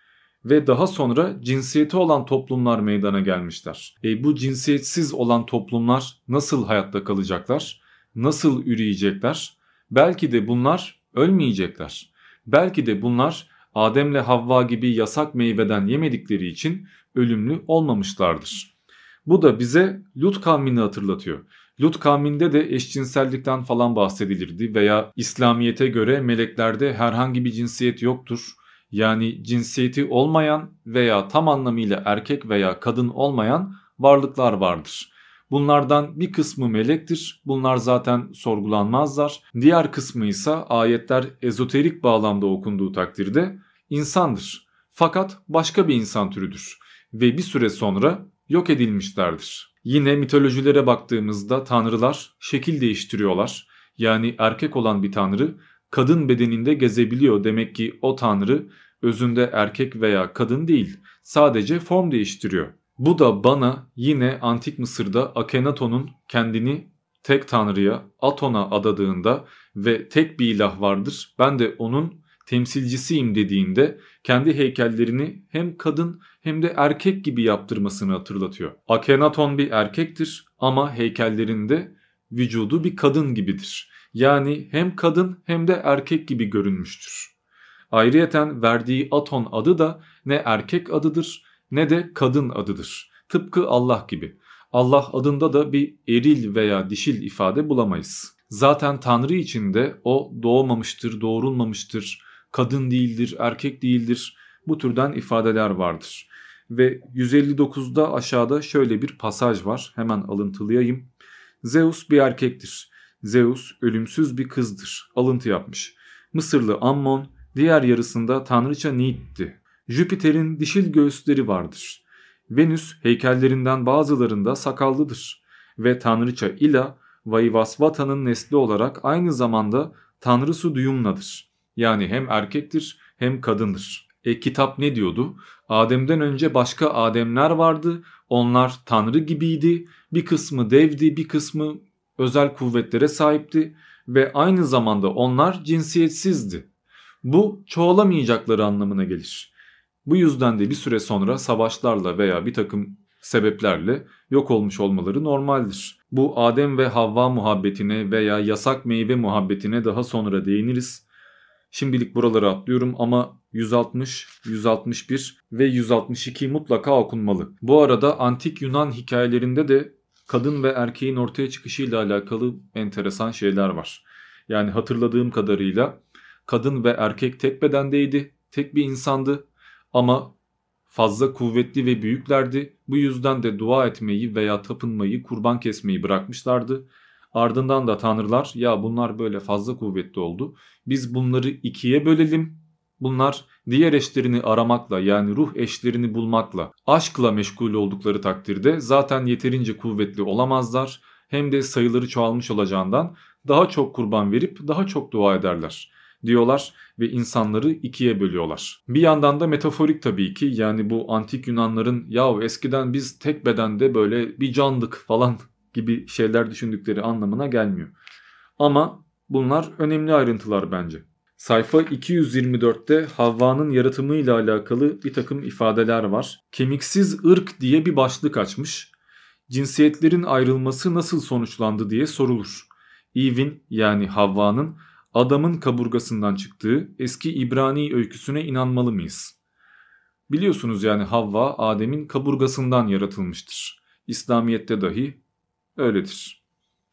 Ve daha sonra cinsiyeti olan toplumlar meydana gelmişler. E bu cinsiyetsiz olan toplumlar nasıl hayatta kalacaklar? Nasıl üreyecekler? Belki de bunlar ölmeyecekler. Belki de bunlar Adem'le Havva gibi yasak meyveden yemedikleri için ölümlü olmamışlardır. Bu da bize Lut kavmini hatırlatıyor. Lut kavminde de eşcinsellikten falan bahsedilirdi veya İslamiyet'e göre meleklerde herhangi bir cinsiyet yoktur. Yani cinsiyeti olmayan veya tam anlamıyla erkek veya kadın olmayan varlıklar vardır. Bunlardan bir kısmı melektir. Bunlar zaten sorgulanmazlar. Diğer kısmı ise ayetler ezoterik bağlamda okunduğu takdirde insandır. Fakat başka bir insan türüdür ve bir süre sonra yok edilmişlerdir. Yine mitolojilere baktığımızda tanrılar şekil değiştiriyorlar. Yani erkek olan bir tanrı kadın bedeninde gezebiliyor. Demek ki o tanrı özünde erkek veya kadın değil, sadece form değiştiriyor. Bu da bana yine Antik Mısır'da Akhenaton'un kendini tek tanrıya, Aton'a adadığında ve tek bir ilah vardır, ben de onun temsilcisiyim dediğinde kendi heykellerini hem kadın hem de erkek gibi yaptırmasını hatırlatıyor. Akhenaton bir erkektir ama heykellerinde vücudu bir kadın gibidir. Yani hem kadın hem de erkek gibi görünmüştür. Ayrıyeten verdiği Aton adı da ne erkek adıdır ne de kadın adıdır. Tıpkı Allah gibi. Allah adında da bir eril veya dişil ifade bulamayız. Zaten Tanrı içinde o doğmamıştır, doğurulmamıştır, kadın değildir, erkek değildir. Bu türden ifadeler vardır. Ve yüz elli dokuzda aşağıda şöyle bir pasaj var. Hemen alıntılayayım. Zeus bir erkektir. Zeus ölümsüz bir kızdır. Alıntı yapmış. Mısırlı Ammon diğer yarısında tanrıça Neith'ti. Jüpiter'in dişil göğüsleri vardır. Venüs heykellerinden bazılarında sakallıdır. Ve tanrıça Ila, Vaivasvata'nın nesli olarak aynı zamanda tanrısı Duyumna'dır. Yani hem erkektir hem kadındır. E kitap ne diyordu? Adem'den önce başka Ademler vardı. Onlar tanrı gibiydi. Bir kısmı devdi, bir kısmı özel kuvvetlere sahipti ve aynı zamanda onlar cinsiyetsizdi. Bu çoğalamayacakları anlamına gelir. Bu yüzden de bir süre sonra savaşlarla veya bir takım sebeplerle yok olmuş olmaları normaldir. Bu Adem ve Havva muhabbetine veya yasak meyve muhabbetine daha sonra değiniriz. Şimdilik buraları atlıyorum ama yüz altmış, yüz altmış bir ve yüz altmış iki mutlaka okunmalı. Bu arada antik Yunan hikayelerinde de kadın ve erkeğin ortaya çıkışıyla alakalı enteresan şeyler var. Yani hatırladığım kadarıyla kadın ve erkek tek bedendeydi, tek bir insandı ama fazla kuvvetli ve büyüklerdi. Bu yüzden de dua etmeyi veya tapınmayı, kurban kesmeyi bırakmışlardı. Ardından da tanrılar ya bunlar böyle fazla kuvvetli oldu. Biz bunları ikiye bölelim. Bunlar diğer eşlerini aramakla yani ruh eşlerini bulmakla, aşkla meşgul oldukları takdirde zaten yeterince kuvvetli olamazlar. Hem de sayıları çoğalmış olacağından daha çok kurban verip daha çok dua ederler diyorlar ve insanları ikiye bölüyorlar. Bir yandan da metaforik tabii ki, yani bu antik Yunanların yahu eskiden biz tek bedende böyle bir candık falan gibi şeyler düşündükleri anlamına gelmiyor. Ama bunlar önemli ayrıntılar bence. Sayfa iki yüz yirmi dörtte Havva'nın yaratımıyla alakalı bir takım ifadeler var. Kemiksiz ırk diye bir başlık açmış. Cinsiyetlerin ayrılması nasıl sonuçlandı diye sorulur. Eve'in yani Havva'nın Adam'ın kaburgasından çıktığı eski İbrani öyküsüne inanmalı mıyız? Biliyorsunuz yani Havva Adem'in kaburgasından yaratılmıştır. İslamiyet'te dahi öyledir.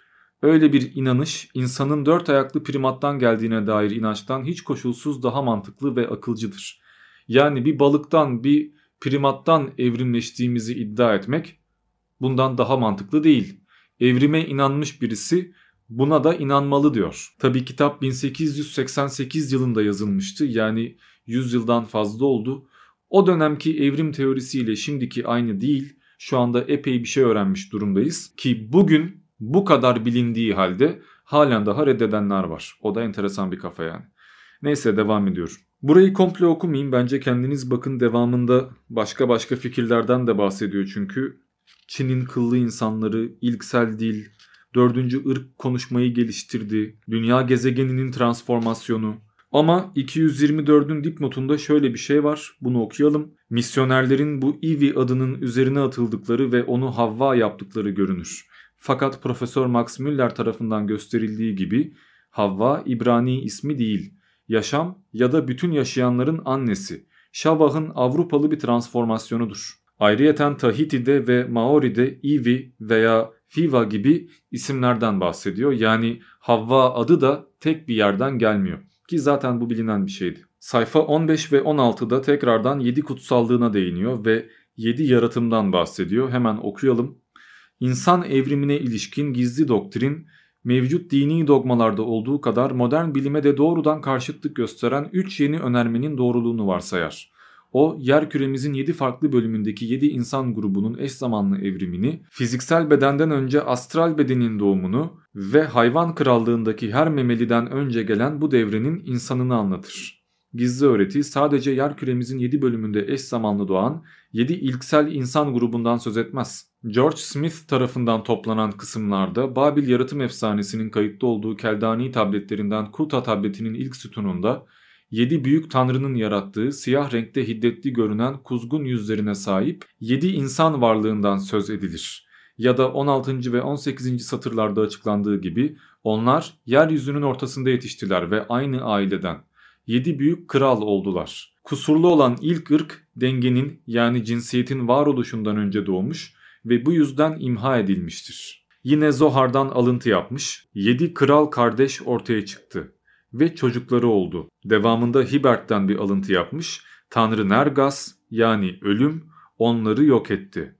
Öyle bir inanış insanın dört ayaklı primattan geldiğine dair inançtan hiç koşulsuz daha mantıklı ve akılcıdır. Yani bir balıktan, bir primattan evrimleştiğimizi iddia etmek bundan daha mantıklı değil. Evrime inanmış birisi buna da inanmalı diyor. Tabii kitap bin sekiz yüz seksen sekiz yılında yazılmıştı. Yani yüz yıldan fazla oldu. O dönemki evrim teorisiyle şimdiki aynı değil. Şu anda epey bir şey öğrenmiş durumdayız. Ki bugün bu kadar bilindiği halde halen daha reddedenler var. O da enteresan bir kafa yani. Neyse devam ediyorum. Burayı komple okumayayım. Bence kendiniz bakın, devamında başka başka fikirlerden de bahsediyor çünkü. Çin'in kıllı insanları, ilksel dil, dördüncü ırk konuşmayı geliştirdi, dünya gezegeninin transformasyonu. Ama iki yüz yirmi dördün dipnotunda şöyle bir şey var, bunu okuyalım. Misyonerlerin bu Eve adının üzerine atıldıkları ve onu Havva yaptıkları görünür. Fakat Profesör Max Müller tarafından gösterildiği gibi Havva İbrani ismi değil, yaşam ya da bütün yaşayanların annesi, Şavah'ın Avrupalı bir transformasyonudur. Ayrıyeten Tahiti'de ve Maori'de Ivi veya Fiva gibi isimlerden bahsediyor. Yani Havva adı da tek bir yerden gelmiyor. Ki zaten bu bilinen bir şeydi. Sayfa on beş ve on altıda tekrardan yedi kutsallığına değiniyor ve yedi yaratımdan bahsediyor. Hemen okuyalım. İnsan evrimine ilişkin gizli doktrin, mevcut dini dogmalarda olduğu kadar modern bilime de doğrudan karşıtlık gösteren üç yeni önermenin doğruluğunu varsayar. O, yerküremizin yedi farklı bölümündeki yedi insan grubunun eş zamanlı evrimini, fiziksel bedenden önce astral bedenin doğumunu ve hayvan krallığındaki her memeliden önce gelen bu devrenin insanını anlatır. Gizli öğreti sadece yerküremizin yedi bölümünde eş zamanlı doğan yedi ilksel insan grubundan söz etmez. George Smith tarafından toplanan kısımlarda Babil yaratım efsanesinin kayıtlı olduğu Keldani tabletlerinden Kuta tabletinin ilk sütununda yedi büyük tanrının yarattığı siyah renkte hiddetli görünen kuzgun yüzlerine sahip yedi insan varlığından söz edilir. Ya da on altıncı ve on sekizinci satırlarda açıklandığı gibi onlar yeryüzünün ortasında yetiştiler ve aynı aileden yedi büyük kral oldular. Kusurlu olan ilk ırk dengenin yani cinsiyetin varoluşundan önce doğmuş ve bu yüzden imha edilmiştir. Yine Zohar'dan alıntı yapmış. Yedi kral kardeş ortaya çıktı ve çocukları oldu. Devamında Hibert'ten bir alıntı yapmış. Tanrı Nergas yani ölüm onları yok etti.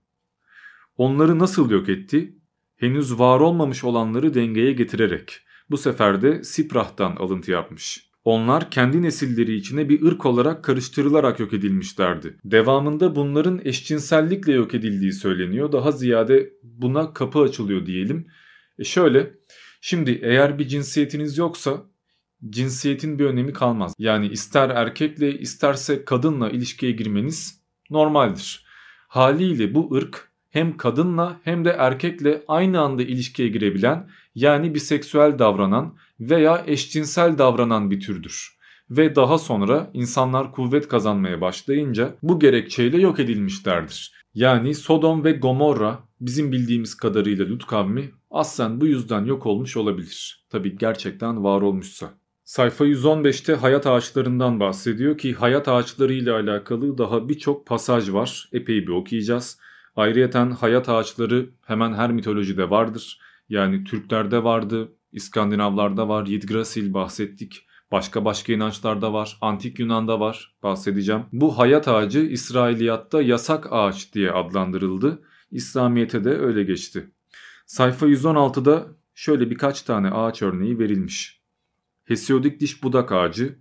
Onları nasıl yok etti? Henüz var olmamış olanları dengeye getirerek. Bu sefer de Siprah'tan alıntı yapmış. Onlar kendi nesilleri içine bir ırk olarak karıştırılarak yok edilmişlerdi. Devamında bunların eşcinsellikle yok edildiği söyleniyor. Daha ziyade buna kapı açılıyor diyelim. E şöyle, şimdi eğer bir cinsiyetiniz yoksa cinsiyetin bir önemi kalmaz. Yani ister erkekle isterse kadınla ilişkiye girmeniz normaldir. Haliyle bu ırk hem kadınla hem de erkekle aynı anda ilişkiye girebilen, yani biseksüel davranan veya eşcinsel davranan bir türdür. Ve daha sonra insanlar kuvvet kazanmaya başlayınca bu gerekçeyle yok edilmişlerdir. Yani Sodom ve Gomorra bizim bildiğimiz kadarıyla Lut kavmi aslen bu yüzden yok olmuş olabilir. Tabii gerçekten var olmuşsa. Sayfa yüz on beşte hayat ağaçlarından bahsediyor ki hayat ağaçları ile alakalı daha birçok pasaj var. Epey bir okuyacağız. Ayrıyeten hayat ağaçları hemen her mitolojide vardır. Yani Türklerde vardı, İskandinavlarda var, Yggdrasil bahsettik. Başka başka inançlarda var, Antik Yunan'da var, bahsedeceğim. Bu hayat ağacı İsrailiyatta yasak ağaç diye adlandırıldı. İslamiyet'e de öyle geçti. Sayfa yüz on altıda şöyle birkaç tane ağaç örneği verilmiş. Hesiodik diş budak ağacı,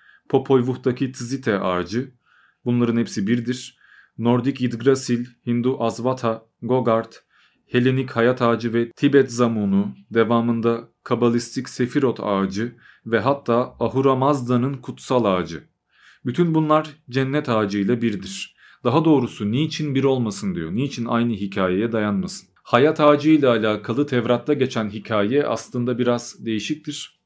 Popol Vuh'taki ağacı, bunların hepsi birdir. Nordik Yggdrasil, Hindu Asvatha, Gogard, Helenik hayat ağacı ve Tibet zamunu, devamında Kabalistik Sefirot ağacı ve hatta Ahura Mazda'nın kutsal ağacı. Bütün bunlar cennet ağacıyla birdir. Daha doğrusu niçin bir olmasın diyor, niçin aynı hikayeye dayanmasın. Hayat ağacı ile alakalı Tevrat'ta geçen hikaye aslında biraz değişiktir.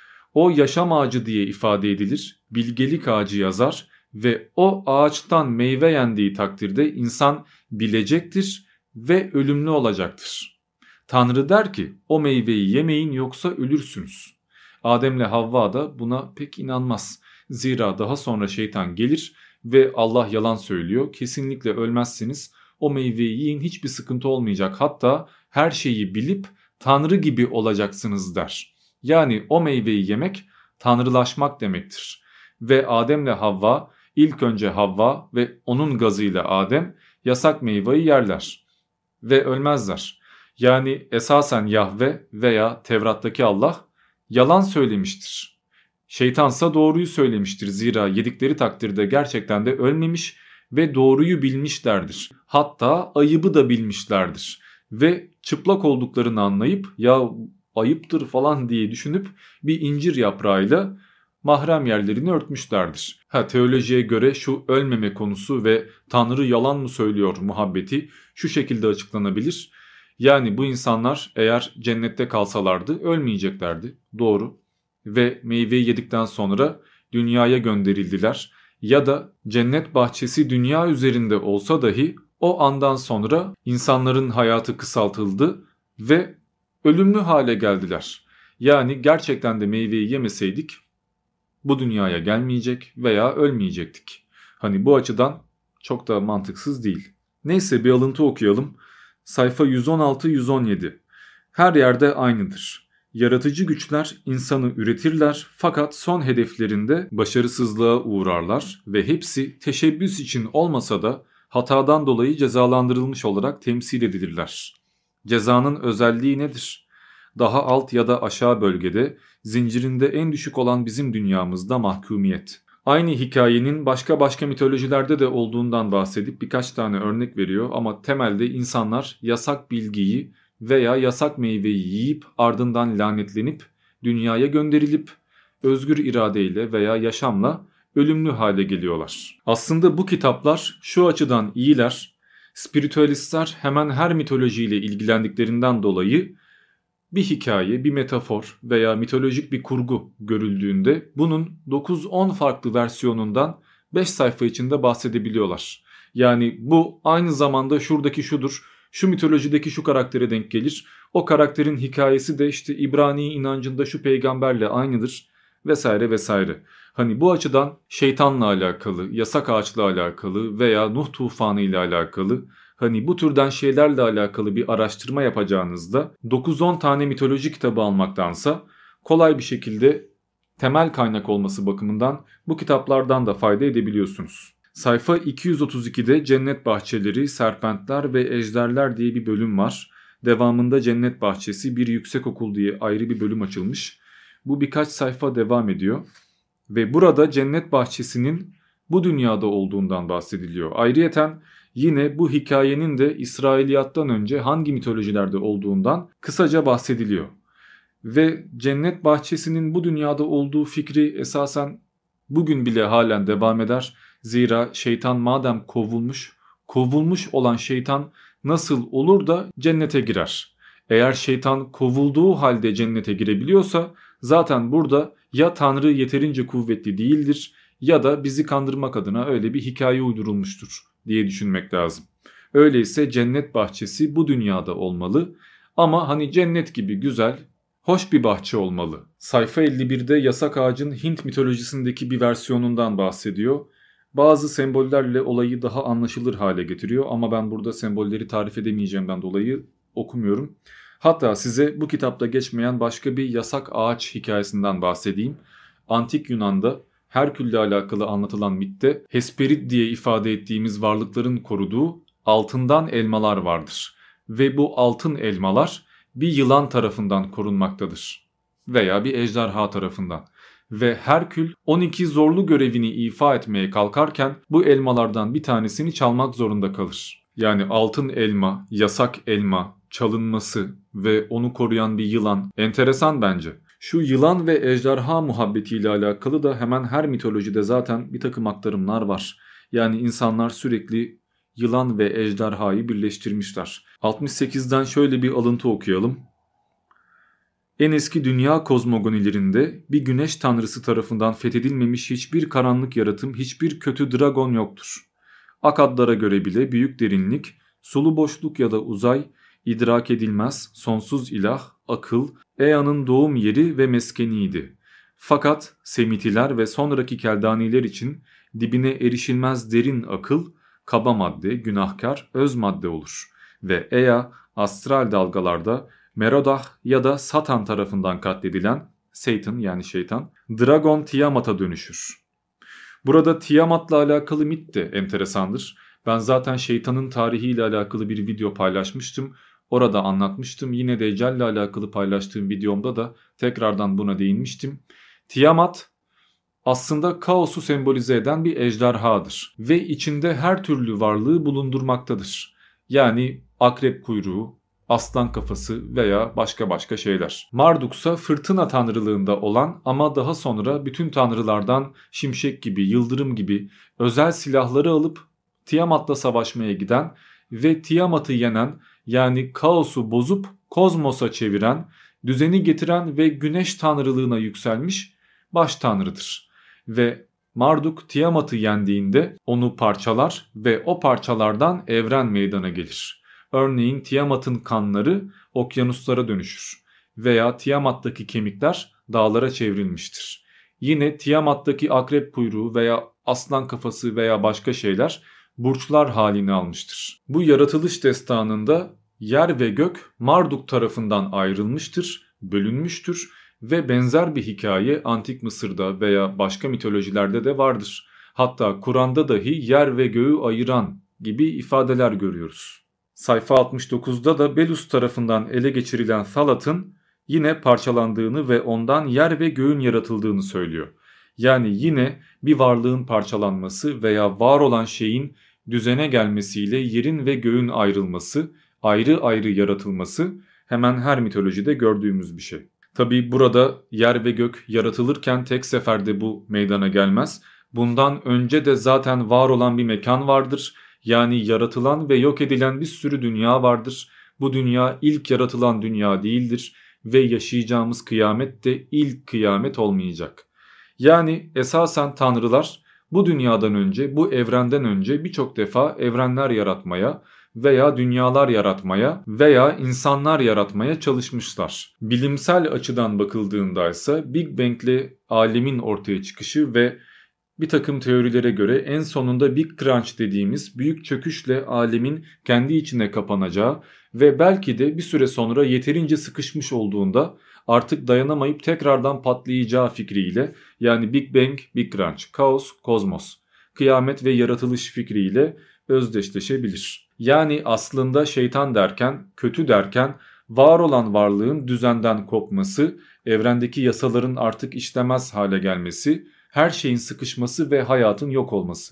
O yaşam ağacı diye ifade edilir, bilgelik ağacı yazar ve o ağaçtan meyve yendiği takdirde insan bilecektir ve ölümlü olacaktır. Tanrı der ki o meyveyi yemeyin yoksa ölürsünüz. Adem'le Havva da buna pek inanmaz. Zira daha sonra şeytan gelir ve Allah yalan söylüyor. Kesinlikle ölmezsiniz. O meyveyi yiyin, hiçbir sıkıntı olmayacak. Hatta her şeyi bilip Tanrı gibi olacaksınız der. Yani o meyveyi yemek tanrılaşmak demektir. Ve Adem'le Havva, ilk önce Havva ve onun gazıyla Adem yasak meyveyi yerler ve ölmezler. Yani esasen Yahve veya Tevrat'taki Allah yalan söylemiştir. Şeytansa doğruyu söylemiştir. Zira yedikleri takdirde gerçekten de ölmemiş ve doğruyu bilmişlerdir. Hatta ayıbı da bilmişlerdir. Ve çıplak olduklarını anlayıp ya ayıptır falan diye düşünüp bir incir yaprağıyla mahrem yerlerini örtmüşlerdir. Ha, teolojiye göre şu ölmeme konusu ve Tanrı yalan mı söylüyor muhabbeti şu şekilde açıklanabilir. Yani bu insanlar eğer cennette kalsalardı ölmeyeceklerdi. Doğru. Ve meyveyi yedikten sonra dünyaya gönderildiler. Ya da cennet bahçesi dünya üzerinde olsa dahi o andan sonra insanların hayatı kısaltıldı ve ölümlü hale geldiler. Yani gerçekten de meyveyi yemeseydik bu dünyaya gelmeyecek veya ölmeyecektik. Hani bu açıdan çok da mantıksız değil. Neyse bir alıntı okuyalım. Sayfa yüz on altı yüz on yedi. Her yerde aynıdır. Yaratıcı güçler insanı üretirler fakat son hedeflerinde başarısızlığa uğrarlar ve hepsi teşebbüs için olmasa da hatadan dolayı cezalandırılmış olarak temsil edilirler. Cezanın özelliği nedir? Daha alt ya da aşağı bölgede, zincirinde en düşük olan bizim dünyamızda mahkumiyet. Aynı hikayenin başka başka mitolojilerde de olduğundan bahsedip birkaç tane örnek veriyor ama temelde insanlar yasak bilgiyi veya yasak meyveyi yiyip ardından lanetlenip dünyaya gönderilip özgür iradeyle veya yaşamla ölümlü hale geliyorlar. Aslında bu kitaplar şu açıdan iyiler. Spiritüalistler hemen her mitolojiyle ilgilendiklerinden dolayı bir hikaye, bir metafor veya mitolojik bir kurgu görüldüğünde bunun dokuz on farklı versiyonundan beş sayfa içinde bahsedebiliyorlar. Yani bu aynı zamanda şuradaki şudur, şu mitolojideki şu karaktere denk gelir, o karakterin hikayesi de işte İbrani inancında şu peygamberle aynıdır vesaire vesaire. Hani bu açıdan şeytanla alakalı, yasak ağaçla alakalı veya Nuh tufanı ile alakalı, hani bu türden şeylerle alakalı bir araştırma yapacağınızda dokuz on tane mitoloji kitabı almaktansa kolay bir şekilde temel kaynak olması bakımından bu kitaplardan da fayda edebiliyorsunuz. Sayfa iki yüz otuz ikide Cennet Bahçeleri, Serpentler ve Ejderler diye bir bölüm var. Devamında Cennet Bahçesi, bir yüksekokul diye ayrı bir bölüm açılmış. Bu birkaç sayfa devam ediyor. Ve burada Cennet Bahçesi'nin bu dünyada olduğundan bahsediliyor. Ayrıyeten yine bu hikayenin de İsrailiyattan önce hangi mitolojilerde olduğundan kısaca bahsediliyor. Ve cennet bahçesinin bu dünyada olduğu fikri esasen bugün bile halen devam eder. Zira şeytan madem kovulmuş, kovulmuş olan şeytan nasıl olur da cennete girer? Eğer şeytan kovulduğu halde cennete girebiliyorsa zaten burada ya Tanrı yeterince kuvvetli değildir ya da bizi kandırmak adına öyle bir hikaye uydurulmuştur diye düşünmek lazım. Öyleyse cennet bahçesi bu dünyada olmalı ama hani cennet gibi güzel, hoş bir bahçe olmalı. Sayfa elli birde yasak ağacın Hint mitolojisindeki bir versiyonundan bahsediyor. Bazı sembollerle olayı daha anlaşılır hale getiriyor ama ben burada sembolleri tarif edemeyeceğimden dolayı okumuyorum. Hatta size bu kitapta geçmeyen başka bir yasak ağaç hikayesinden bahsedeyim. Antik Yunan'da Herkül'le alakalı anlatılan mitte Hesperid diye ifade ettiğimiz varlıkların koruduğu altından elmalar vardır. Ve bu altın elmalar bir yılan tarafından korunmaktadır veya bir ejderha tarafından. Ve Herkül on iki zorlu görevini ifa etmeye kalkarken bu elmalardan bir tanesini çalmak zorunda kalır. Yani altın elma, yasak elma, çalınması ve onu koruyan bir yılan enteresan bence. Şu yılan ve ejderha muhabbetiyle alakalı da hemen her mitolojide zaten bir takım aktarımlar var. Yani insanlar sürekli yılan ve ejderhayı birleştirmişler. altmış sekizden şöyle bir alıntı okuyalım. En eski dünya kozmogonilerinde bir güneş tanrısı tarafından fethedilmemiş hiçbir karanlık yaratım, hiçbir kötü dragon yoktur. Akadlara göre bile büyük derinlik, sulu boşluk ya da uzay, idrak edilmez, sonsuz ilah, akıl, Ea'nın doğum yeri ve meskeniydi. Fakat Semitiler ve sonraki Keldaniler için dibine erişilmez derin akıl, kaba madde, günahkar, öz madde olur. Ve Ea, astral dalgalarda Merodah ya da Satan tarafından katledilen Satan yani şeytan, Dragon Tiamat'a dönüşür. Burada Tiamat'la alakalı mit de enteresandır. Ben zaten şeytanın tarihiyle alakalı bir video paylaşmıştım. Orada anlatmıştım. Yine Deccal'le alakalı paylaştığım videomda da tekrardan buna değinmiştim. Tiamat aslında kaosu sembolize eden bir ejderhadır ve içinde her türlü varlığı bulundurmaktadır. Yani akrep kuyruğu, aslan kafası veya başka başka şeyler. Marduk ise fırtına tanrılığında olan ama daha sonra bütün tanrılardan şimşek gibi, yıldırım gibi özel silahları alıp Tiamat'la savaşmaya giden ve Tiamat'ı yenen, yani kaosu bozup kozmosa çeviren, düzeni getiren ve güneş tanrılığına yükselmiş baş tanrıdır. Ve Marduk Tiamat'ı yendiğinde onu parçalar ve o parçalardan evren meydana gelir. Örneğin Tiamat'ın kanları okyanuslara dönüşür veya Tiamat'taki kemikler dağlara çevrilmiştir. Yine Tiamat'taki akrep kuyruğu veya aslan kafası veya başka şeyler burçlar halini almıştır. Bu yaratılış destanında yer ve gök Marduk tarafından ayrılmıştır, bölünmüştür ve benzer bir hikaye Antik Mısır'da veya başka mitolojilerde de vardır. Hatta Kur'an'da dahi yer ve göğü ayıran gibi ifadeler görüyoruz. Sayfa altmış dokuzda da Belus tarafından ele geçirilen Thalat'ın yine parçalandığını ve ondan yer ve göğün yaratıldığını söylüyor. Yani yine bir varlığın parçalanması veya var olan şeyin düzene gelmesiyle yerin ve göğün ayrılması, ayrı ayrı yaratılması hemen her mitolojide gördüğümüz bir şey. Tabi burada yer ve gök yaratılırken tek seferde bu meydana gelmez. Bundan önce de zaten var olan bir mekan vardır. Yani yaratılan ve yok edilen bir sürü dünya vardır. Bu dünya ilk yaratılan dünya değildir ve yaşayacağımız kıyamet de ilk kıyamet olmayacak. Yani esasen tanrılar bu dünyadan önce, bu evrenden önce birçok defa evrenler yaratmaya veya dünyalar yaratmaya veya insanlar yaratmaya çalışmışlar. Bilimsel açıdan bakıldığında ise Big Bang'le alemin ortaya çıkışı ve bir takım teorilere göre en sonunda Big Crunch dediğimiz büyük çöküşle alemin kendi içine kapanacağı ve belki de bir süre sonra yeterince sıkışmış olduğunda artık dayanamayıp tekrardan patlayacağı fikriyle, yani Big Bang, Big Crunch, kaos, kozmos, kıyamet ve yaratılış fikriyle özdeşleşebilir. Yani aslında şeytan derken, kötü derken var olan varlığın düzenden kopması, evrendeki yasaların artık işlemez hale gelmesi, her şeyin sıkışması ve hayatın yok olması.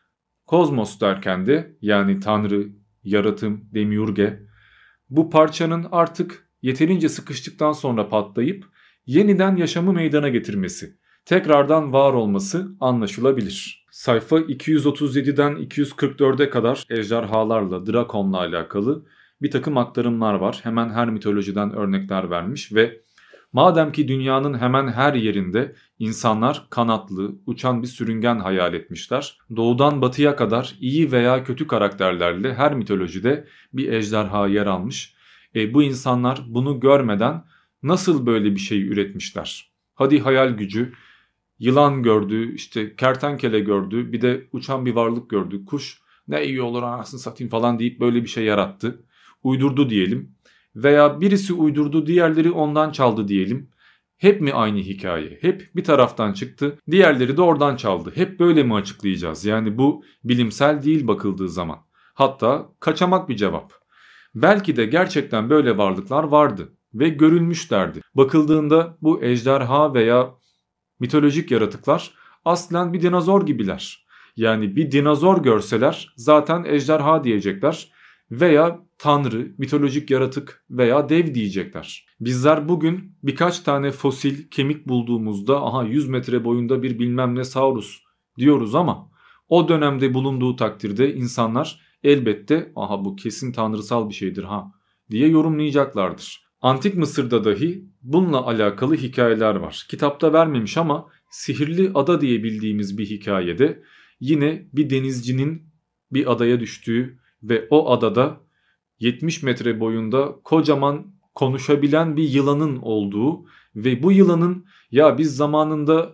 Kozmos derken de, yani Tanrı, yaratım, demiurge, bu parçanın artık yeterince sıkıştıktan sonra patlayıp yeniden yaşamı meydana getirmesi, tekrardan var olması anlaşılabilir. Sayfa iki yüz otuz yediden iki yüz kırk dörde kadar ejderhalarla, drakonla alakalı bir takım aktarımlar var. Hemen her mitolojiden örnekler vermiş ve madem ki dünyanın hemen her yerinde insanlar kanatlı, uçan bir sürüngen hayal etmişler, doğudan batıya kadar iyi veya kötü karakterlerle her mitolojide bir ejderha yer almış. E, bu insanlar bunu görmeden nasıl böyle bir şey üretmişler? Hadi hayal gücü, yılan gördü, işte kertenkele gördü, bir de uçan bir varlık gördü, kuş ne iyi olur anasını satayım falan deyip böyle bir şey yarattı. Uydurdu diyelim. Veya birisi uydurdu, diğerleri ondan çaldı diyelim. Hep mi aynı hikaye? Hep bir taraftan çıktı, diğerleri de oradan çaldı. Hep böyle mi açıklayacağız? Yani bu bilimsel değil bakıldığı zaman. Hatta kaçamak bir cevap. Belki de gerçekten böyle varlıklar vardı ve görülmüşlerdi. Bakıldığında bu ejderha veya mitolojik yaratıklar aslen bir dinozor gibiler. Yani bir dinozor görseler zaten ejderha diyecekler veya tanrı, mitolojik yaratık veya dev diyecekler. Bizler bugün birkaç tane fosil kemik bulduğumuzda aha yüz metre boyunda bir bilmem ne saurus diyoruz ama o dönemde bulunduğu takdirde insanlar elbette aha bu kesin tanrısal bir şeydir ha diye yorumlayacaklardır. Antik Mısır'da dahi bununla alakalı hikayeler var. Kitapta vermemiş ama Sihirli Ada diye bildiğimiz bir hikayede yine bir denizcinin bir adaya düştüğü ve o adada yetmiş metre boyunda kocaman konuşabilen bir yılanın olduğu ve bu yılanın ya biz zamanında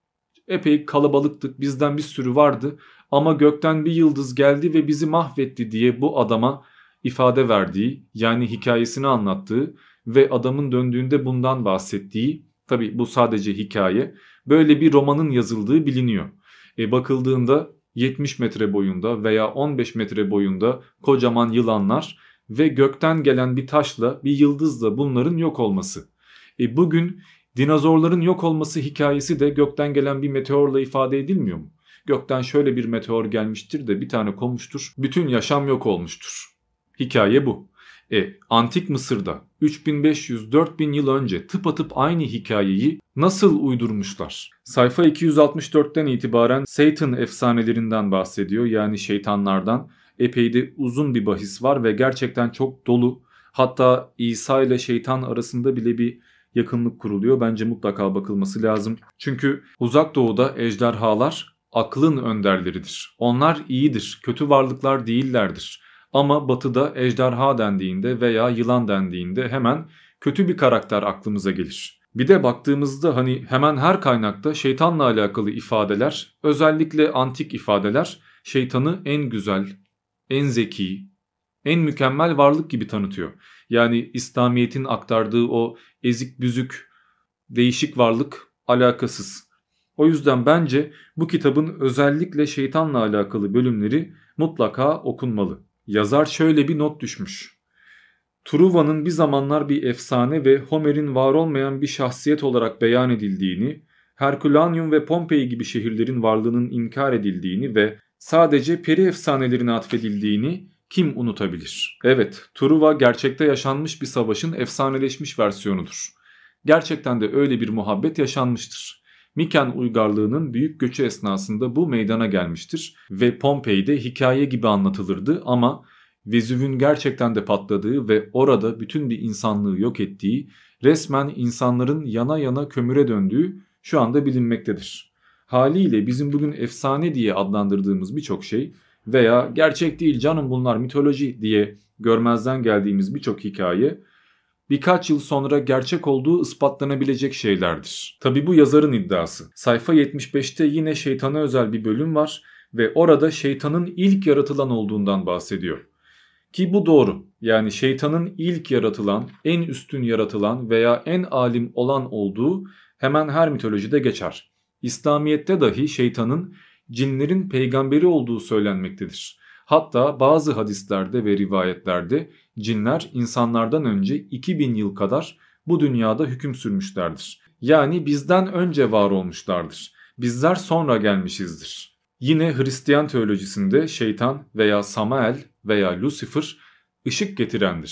epey kalabalıktık, bizden bir sürü vardı ama gökten bir yıldız geldi ve bizi mahvetti diye bu adama ifade verdiği, yani hikayesini anlattığı ve adamın döndüğünde bundan bahsettiği, tabi bu sadece hikaye, böyle bir romanın yazıldığı biliniyor. E bakıldığında yetmiş metre boyunda veya on beş metre boyunda kocaman yılanlar ve gökten gelen bir taşla, bir yıldızla bunların yok olması. E bugün dinozorların yok olması hikayesi de gökten gelen bir meteorla ifade edilmiyor mu? Gökten şöyle bir meteor gelmiştir de bir tane konmuştur, bütün yaşam yok olmuştur. Hikaye bu. E, Antik Mısır'da üç bin beş yüz dört bin yıl önce tıpatıp aynı hikayeyi nasıl uydurmuşlar? Sayfa iki yüz altmış dörtten itibaren Satan efsanelerinden bahsediyor, yani şeytanlardan. Epey de uzun bir bahis var ve gerçekten çok dolu. Hatta İsa ile şeytan arasında bile bir yakınlık kuruluyor. Bence mutlaka bakılması lazım. Çünkü Uzak Doğu'da ejderhalar aklın önderleridir. Onlar iyidir, kötü varlıklar değillerdir. Ama Batı'da ejderha dendiğinde veya yılan dendiğinde hemen kötü bir karakter aklımıza gelir. Bir de baktığımızda hani hemen her kaynakta şeytanla alakalı ifadeler, özellikle antik ifadeler şeytanı en güzel, en zeki, en mükemmel varlık gibi tanıtıyor. Yani İslamiyet'in aktardığı o ezik büzük değişik varlık alakasız. O yüzden bence bu kitabın özellikle şeytanla alakalı bölümleri mutlaka okunmalı. Yazar şöyle bir not düşmüş. Truva'nın bir zamanlar bir efsane ve Homer'in var olmayan bir şahsiyet olarak beyan edildiğini, Herkulaneum ve Pompei gibi şehirlerin varlığının inkar edildiğini ve sadece peri efsanelerine atfedildiğini kim unutabilir? Evet, Truva gerçekte yaşanmış bir savaşın efsaneleşmiş versiyonudur. Gerçekten de öyle bir muhabbet yaşanmıştır. Miken uygarlığının büyük göçü esnasında bu meydana gelmiştir ve Pompei'de hikaye gibi anlatılırdı ama Vezüv'ün gerçekten de patladığı ve orada bütün bir insanlığı yok ettiği, resmen insanların yana yana kömüre döndüğü şu anda bilinmektedir. Haliyle bizim bugün efsane diye adlandırdığımız birçok şey veya gerçek değil canım bunlar mitoloji diye görmezden geldiğimiz birçok hikaye birkaç yıl sonra gerçek olduğu ispatlanabilecek şeylerdir. Tabi bu yazarın iddiası. Sayfa yetmiş beşte yine şeytana özel bir bölüm var ve orada şeytanın ilk yaratılan olduğundan bahsediyor. Ki bu doğru. Yani şeytanın ilk yaratılan, en üstün yaratılan veya en alim olan olduğu hemen her mitolojide geçer. İslamiyet'te dahi şeytanın cinlerin peygamberi olduğu söylenmektedir. Hatta bazı hadislerde ve rivayetlerde cinler insanlardan önce iki bin yıl kadar bu dünyada hüküm sürmüşlerdir. Yani bizden önce var olmuşlardır. Bizler sonra gelmişizdir. Yine Hristiyan teolojisinde şeytan veya Samael veya Lucifer ışık getirendir.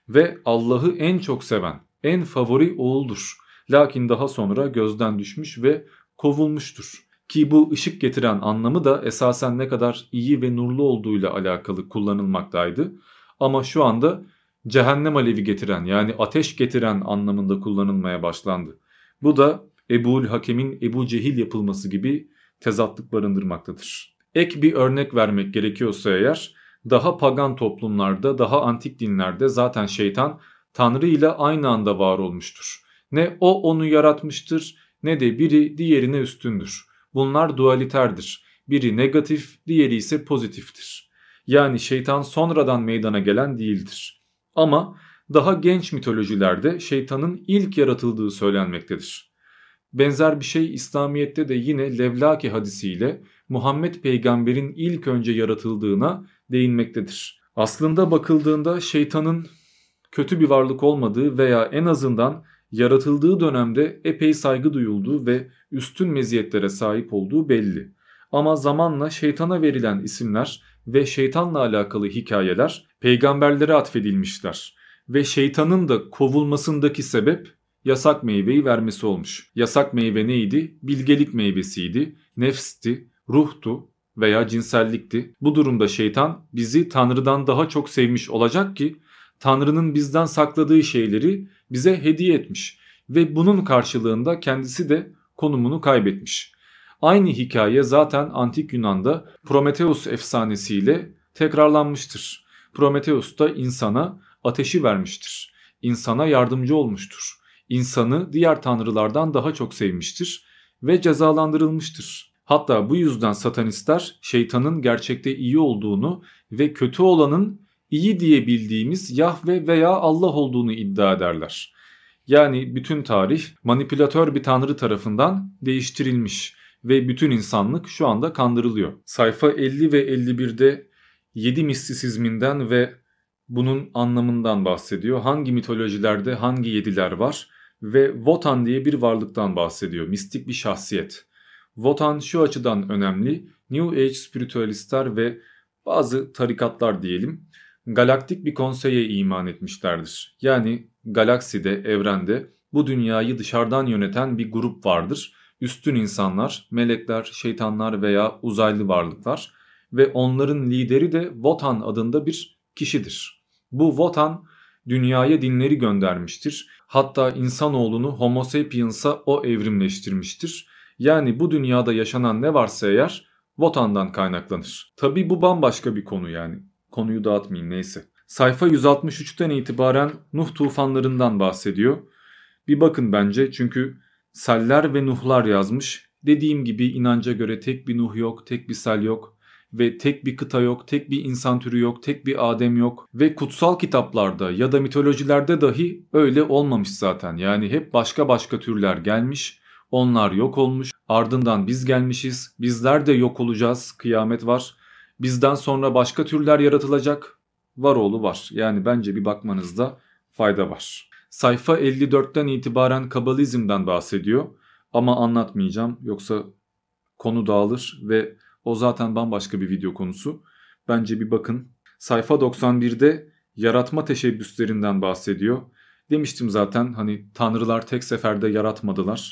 ve Allah'ı en çok seven, en favori oğuldur. Lakin daha sonra gözden düşmüş ve kovulmuştur. Ki bu ışık getiren anlamı da esasen ne kadar iyi ve nurlu olduğuyla alakalı kullanılmaktaydı. Ama şu anda cehennem alevi getiren, yani ateş getiren anlamında kullanılmaya başlandı. Bu da Ebu'l Hakem'in Ebu Cehil yapılması gibi tezatlık barındırmaktadır. Ek bir örnek vermek gerekiyorsa eğer, daha pagan toplumlarda, daha antik dinlerde zaten şeytan Tanrı ile aynı anda var olmuştur. Ne o onu yaratmıştır, ne de biri diğerine üstündür. Bunlar dualiterdir. Biri negatif, diğeri ise pozitiftir. Yani şeytan sonradan meydana gelen değildir. Ama daha genç mitolojilerde şeytanın ilk yaratıldığı söylenmektedir. Benzer bir şey İslamiyet'te de yine Levlaki hadisiyle Muhammed peygamberin ilk önce yaratıldığına değinmektedir. Aslında bakıldığında şeytanın kötü bir varlık olmadığı veya en azından yaratıldığı dönemde epey saygı duyulduğu ve üstün meziyetlere sahip olduğu belli. Ama zamanla şeytana verilen isimler ve şeytanla alakalı hikayeler peygamberlere atfedilmişler. Ve şeytanın da kovulmasındaki sebep yasak meyveyi vermesi olmuş. Yasak meyve neydi? Bilgelik meyvesiydi, nefsti, ruhtu veya cinsellikti. Bu durumda şeytan bizi Tanrı'dan daha çok sevmiş olacak ki Tanrı'nın bizden sakladığı şeyleri bize hediye etmiş ve bunun karşılığında kendisi de konumunu kaybetmiş. Aynı hikaye zaten antik Yunan'da Prometheus efsanesiyle tekrarlanmıştır. Prometheus da insana ateşi vermiştir. İnsana yardımcı olmuştur. İnsanı diğer tanrılardan daha çok sevmiştir ve cezalandırılmıştır. Hatta bu yüzden satanistler şeytanın gerçekte iyi olduğunu ve kötü olanın iyi diye bildiğimiz Yahve veya Allah olduğunu iddia ederler. Yani bütün tarih manipülatör bir tanrı tarafından değiştirilmiş ve bütün insanlık şu anda kandırılıyor. Sayfa elli ve elli birde yedi mistisizminden ve bunun anlamından bahsediyor. Hangi mitolojilerde hangi yediler var ve Wotan diye bir varlıktan bahsediyor. Mistik bir şahsiyet. Wotan şu açıdan önemli. New Age spiritüalistler ve bazı tarikatlar diyelim galaktik bir konseye iman etmişlerdir. Yani galakside, evrende bu dünyayı dışarıdan yöneten bir grup vardır. Üstün insanlar, melekler, şeytanlar veya uzaylı varlıklar ve onların lideri de Wotan adında bir kişidir. Bu Wotan dünyaya dinleri göndermiştir. Hatta insanoğlunu Homo sapiens'a o evrimleştirmiştir. Yani bu dünyada yaşanan ne varsa eğer Wotan'dan kaynaklanır. Tabii bu bambaşka bir konu yani. Konuyu dağıtmayayım neyse. Sayfa yüz altmış üçten itibaren Nuh tufanlarından bahsediyor. Bir bakın bence çünkü seller ve Nuhlar yazmış. Dediğim gibi inanca göre tek bir Nuh yok, tek bir sel yok. Ve tek bir kıta yok, tek bir insan türü yok, tek bir Adem yok. Ve kutsal kitaplarda ya da mitolojilerde dahi öyle olmamış zaten. Yani hep başka başka türler gelmiş, onlar yok olmuş. Ardından biz gelmişiz, bizler de yok olacağız, kıyamet var. Bizden sonra başka türler yaratılacak. Var oğlu var. Yani bence bir bakmanızda fayda var. Sayfa elli dörtten itibaren Kabalizm'den bahsediyor. Ama anlatmayacağım yoksa konu dağılır ve o zaten bambaşka bir video konusu. Bence bir bakın. Sayfa doksan birde yaratma teşebbüslerinden bahsediyor. Demiştim zaten hani tanrılar tek seferde yaratmadılar.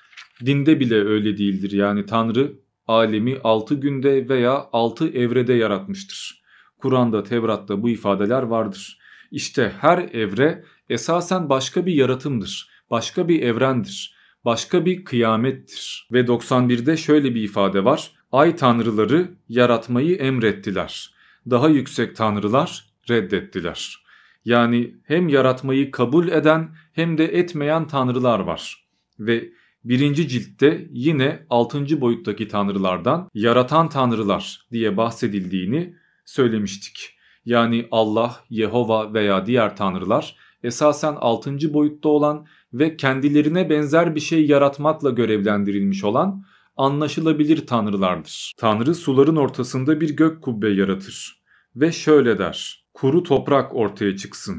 Dinde bile öyle değildir. Yani Tanrı alemi altı günde veya altı evrede yaratmıştır. Kur'an'da, Tevrat'ta bu ifadeler vardır. İşte her evre esasen başka bir yaratımdır. Başka bir evrendir. Başka bir kıyamettir. Ve doksan birde şöyle bir ifade var. Ay tanrıları yaratmayı emrettiler. Daha yüksek tanrılar reddettiler. Yani hem yaratmayı kabul eden hem de etmeyen tanrılar var. Ve birinci ciltte yine altıncı boyuttaki tanrılardan yaratan tanrılar diye bahsedildiğini söylemiştik. Yani Allah, Yehova veya diğer tanrılar esasen altıncı boyutta olan ve kendilerine benzer bir şey yaratmakla görevlendirilmiş olan anlaşılabilir tanrılardır. Tanrı suların ortasında bir gök kubbe yaratır ve şöyle der: kuru toprak ortaya çıksın.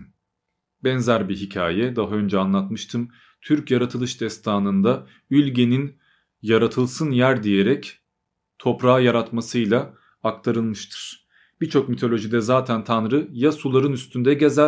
Benzer bir hikaye daha önce anlatmıştım. Türk yaratılış destanında Ülge'nin yaratılsın yer diyerek toprağı yaratmasıyla aktarılmıştır. Birçok mitolojide zaten Tanrı ya suların üstünde gezer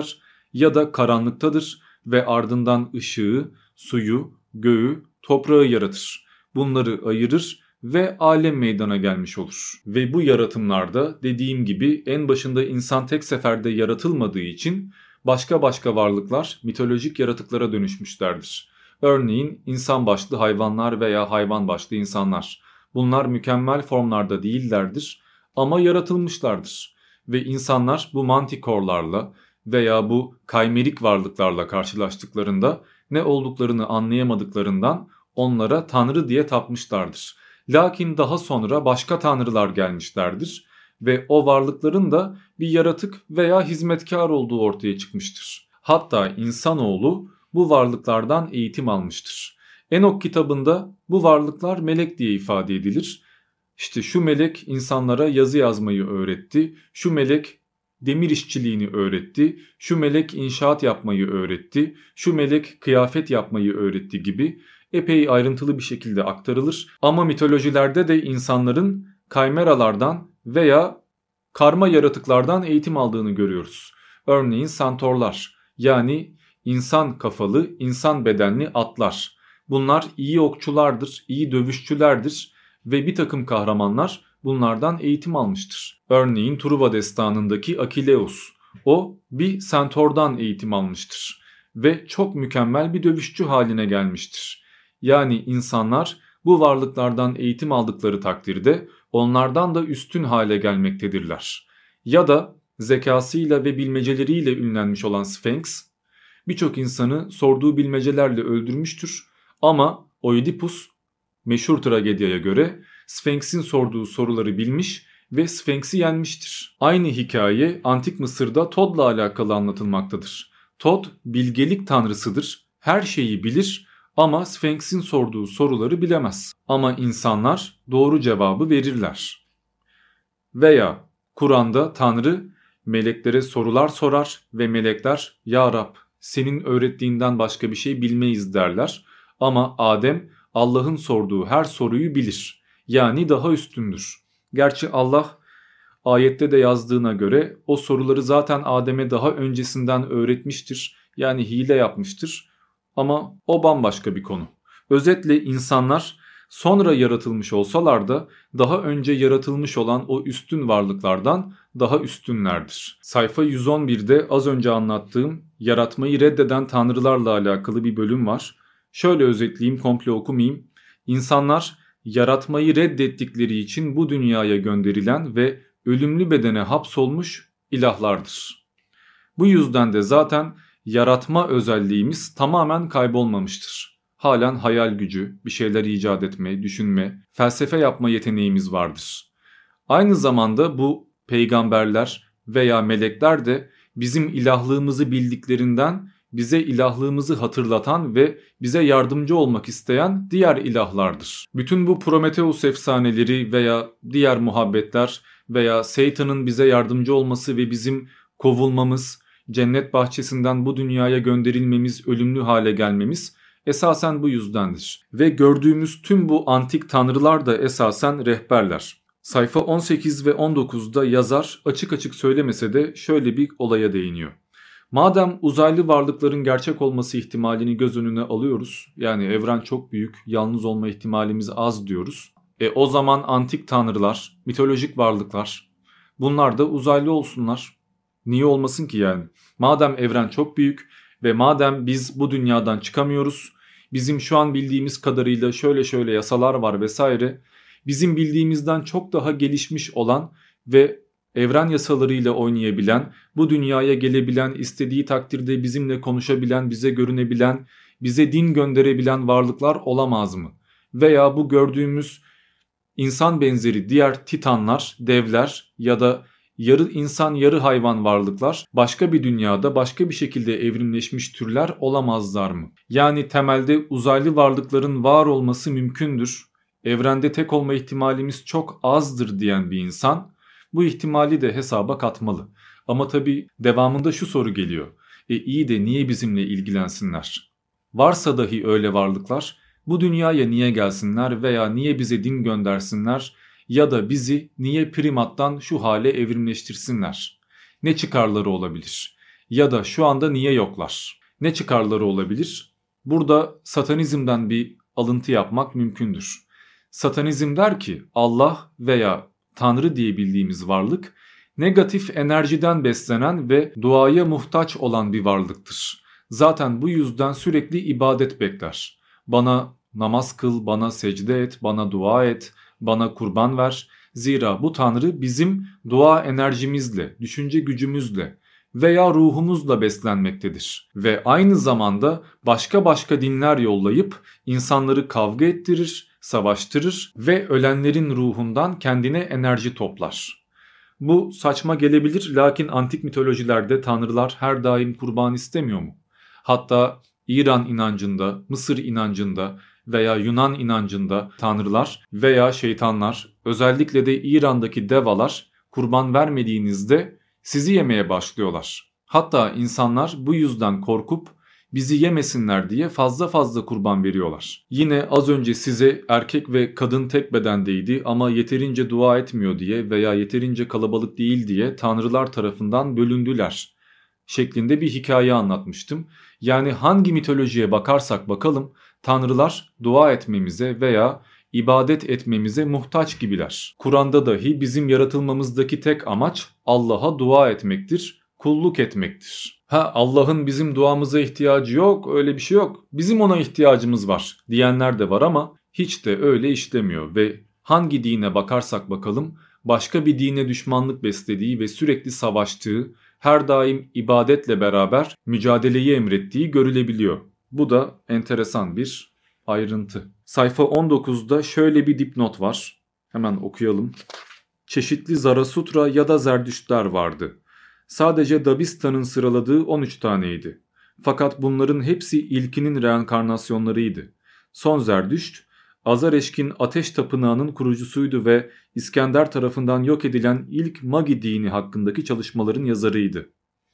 ya da karanlıktadır ve ardından ışığı, suyu, göğü, toprağı yaratır. Bunları ayırır ve alem meydana gelmiş olur. Ve bu yaratımlarda dediğim gibi en başında insan tek seferde yaratılmadığı için başka başka varlıklar mitolojik yaratıklara dönüşmüşlerdir. Örneğin insan başlı hayvanlar veya hayvan başlı insanlar. Bunlar mükemmel formlarda değillerdir ama yaratılmışlardır. Ve insanlar bu mantikorlarla veya bu kaymerik varlıklarla karşılaştıklarında ne olduklarını anlayamadıklarından onlara tanrı diye tapmışlardır. Lakin daha sonra başka tanrılar gelmişlerdir ve o varlıkların da bir yaratık veya hizmetkar olduğu ortaya çıkmıştır. Hatta insanoğlu bu varlıklardan eğitim almıştır. Enok kitabında bu varlıklar melek diye ifade edilir. İşte şu melek insanlara yazı yazmayı öğretti, şu melek demir işçiliğini öğretti, şu melek inşaat yapmayı öğretti, şu melek kıyafet yapmayı öğretti gibi epey ayrıntılı bir şekilde aktarılır. Ama mitolojilerde de insanların kaymeralardan veya karma yaratıklardan eğitim aldığını görüyoruz. Örneğin santorlar, yani insan kafalı, insan bedenli atlar. Bunlar iyi okçulardır, iyi dövüşçülerdir ve bir takım kahramanlar bunlardan eğitim almıştır. Örneğin Truva destanındaki Akileus, o bir santordan eğitim almıştır ve çok mükemmel bir dövüşçü haline gelmiştir. Yani insanlar bu varlıklardan eğitim aldıkları takdirde onlardan da üstün hale gelmektedirler. Ya da zekasıyla ve bilmeceleriyle ünlenmiş olan Sphinx, birçok insanı sorduğu bilmecelerle öldürmüştür ama Oidipus meşhur tragedyaya göre Sphinx'in sorduğu soruları bilmiş ve Sphinx'i yenmiştir. Aynı hikaye Antik Mısır'da Tod'la alakalı anlatılmaktadır. Tod bilgelik tanrısıdır, her şeyi bilir ama Sphinx'in sorduğu soruları bilemez. Ama insanlar doğru cevabı verirler. Veya Kur'an'da Tanrı meleklere sorular sorar ve melekler "Ya Rab, senin öğrettiğinden başka bir şey bilmeyiz" derler. Ama Adem Allah'ın sorduğu her soruyu bilir. Yani daha üstündür. Gerçi Allah ayette de yazdığına göre o soruları zaten Adem'e daha öncesinden öğretmiştir. Yani hile yapmıştır. Ama o bambaşka bir konu. Özetle insanlar sonra yaratılmış olsalar da daha önce yaratılmış olan o üstün varlıklardan daha üstünlerdir. Sayfa yüz on birde az önce anlattığım yaratmayı reddeden tanrılarla alakalı bir bölüm var. Şöyle özetleyeyim, komple okumayayım. İnsanlar yaratmayı reddettikleri için bu dünyaya gönderilen ve ölümlü bedene hapsolmuş ilahlardır. Bu yüzden de zaten yaratma özelliğimiz tamamen kaybolmamıştır. Halen hayal gücü, bir şeyler icat etme, düşünme, felsefe yapma yeteneğimiz vardır. Aynı zamanda bu peygamberler veya melekler de bizim ilahlığımızı bildiklerinden bize ilahlığımızı hatırlatan ve bize yardımcı olmak isteyen diğer ilahlardır. Bütün bu Prometheus efsaneleri veya diğer muhabbetler veya Satan'ın bize yardımcı olması ve bizim kovulmamız, cennet bahçesinden bu dünyaya gönderilmemiz, ölümlü hale gelmemiz esasen bu yüzdendir. Ve gördüğümüz tüm bu antik tanrılar da esasen rehberler. Sayfa on sekiz ve on dokuzda yazar açık açık söylemese de şöyle bir olaya değiniyor. Madem uzaylı varlıkların gerçek olması ihtimalini göz önüne alıyoruz, yani evren çok büyük, yalnız olma ihtimalimiz az diyoruz. E o zaman antik tanrılar, mitolojik varlıklar, bunlar da uzaylı olsunlar. Niye olmasın ki yani? Madem evren çok büyük ve madem biz bu dünyadan çıkamıyoruz, bizim şu an bildiğimiz kadarıyla şöyle şöyle yasalar var vesaire, bizim bildiğimizden çok daha gelişmiş olan ve evren yasalarıyla oynayabilen, bu dünyaya gelebilen, istediği takdirde bizimle konuşabilen, bize görünebilen, bize din gönderebilen varlıklar olamaz mı? Veya bu gördüğümüz insan benzeri diğer titanlar, devler ya da yarı insan yarı hayvan varlıklar başka bir dünyada başka bir şekilde evrimleşmiş türler olamazlar mı? Yani temelde uzaylı varlıkların var olması mümkündür. Evrende tek olma ihtimalimiz çok azdır diyen bir insan bu ihtimali de hesaba katmalı. Ama tabii devamında şu soru geliyor. E iyi de niye bizimle ilgilensinler? Varsa dahi öyle varlıklar bu dünyaya niye gelsinler veya niye bize din göndersinler ya da bizi niye primattan şu hale evrimleştirsinler? Ne çıkarları olabilir? Ya da şu anda niye yoklar? Ne çıkarları olabilir? Burada satanizmden bir alıntı yapmak mümkündür. Satanizm der ki Allah veya Tanrı diye bildiğimiz varlık negatif enerjiden beslenen ve duaya muhtaç olan bir varlıktır. Zaten bu yüzden sürekli ibadet bekler. Bana namaz kıl, bana secde et, bana dua et, bana kurban ver. Zira bu Tanrı bizim dua enerjimizle, düşünce gücümüzle veya ruhumuzla beslenmektedir. Ve aynı zamanda başka başka dinler yollayıp insanları kavga ettirir, savaştırır ve ölenlerin ruhundan kendine enerji toplar. Bu saçma gelebilir, lakin antik mitolojilerde tanrılar her daim kurban istemiyor mu? Hatta İran inancında, Mısır inancında veya Yunan inancında tanrılar veya şeytanlar, özellikle de İran'daki devalar kurban vermediğinizde sizi yemeye başlıyorlar. Hatta insanlar bu yüzden korkup bizi yemesinler diye fazla fazla kurban veriyorlar. Yine az önce size erkek ve kadın tek bedendeydi ama yeterince dua etmiyor diye veya yeterince kalabalık değil diye tanrılar tarafından bölündüler şeklinde bir hikaye anlatmıştım. Yani hangi mitolojiye bakarsak bakalım tanrılar dua etmemize veya ibadet etmemize muhtaç gibiler. Kur'an'da dahi bizim yaratılmamızdaki tek amaç Allah'a dua etmektir, kulluk etmektir. Ha Allah'ın bizim duamıza ihtiyacı yok, öyle bir şey yok. Bizim ona ihtiyacımız var diyenler de var ama hiç de öyle işlemiyor ve hangi dine bakarsak bakalım başka bir dine düşmanlık beslediği ve sürekli savaştığı, her daim ibadetle beraber mücadeleyi emrettiği görülebiliyor. Bu da enteresan bir ayrıntı. Sayfa on dokuzda şöyle bir dipnot var. Hemen okuyalım. Çeşitli Zarasutra ya da Zerdüştler vardı. Sadece Dabistan'ın sıraladığı on üç taneydi. Fakat bunların hepsi ilkinin reenkarnasyonlarıydı. Son Zerdüşt, Azareşk'in Ateş Tapınağı'nın kurucusuydu ve İskender tarafından yok edilen ilk Magi dini hakkındaki çalışmaların yazarıydı.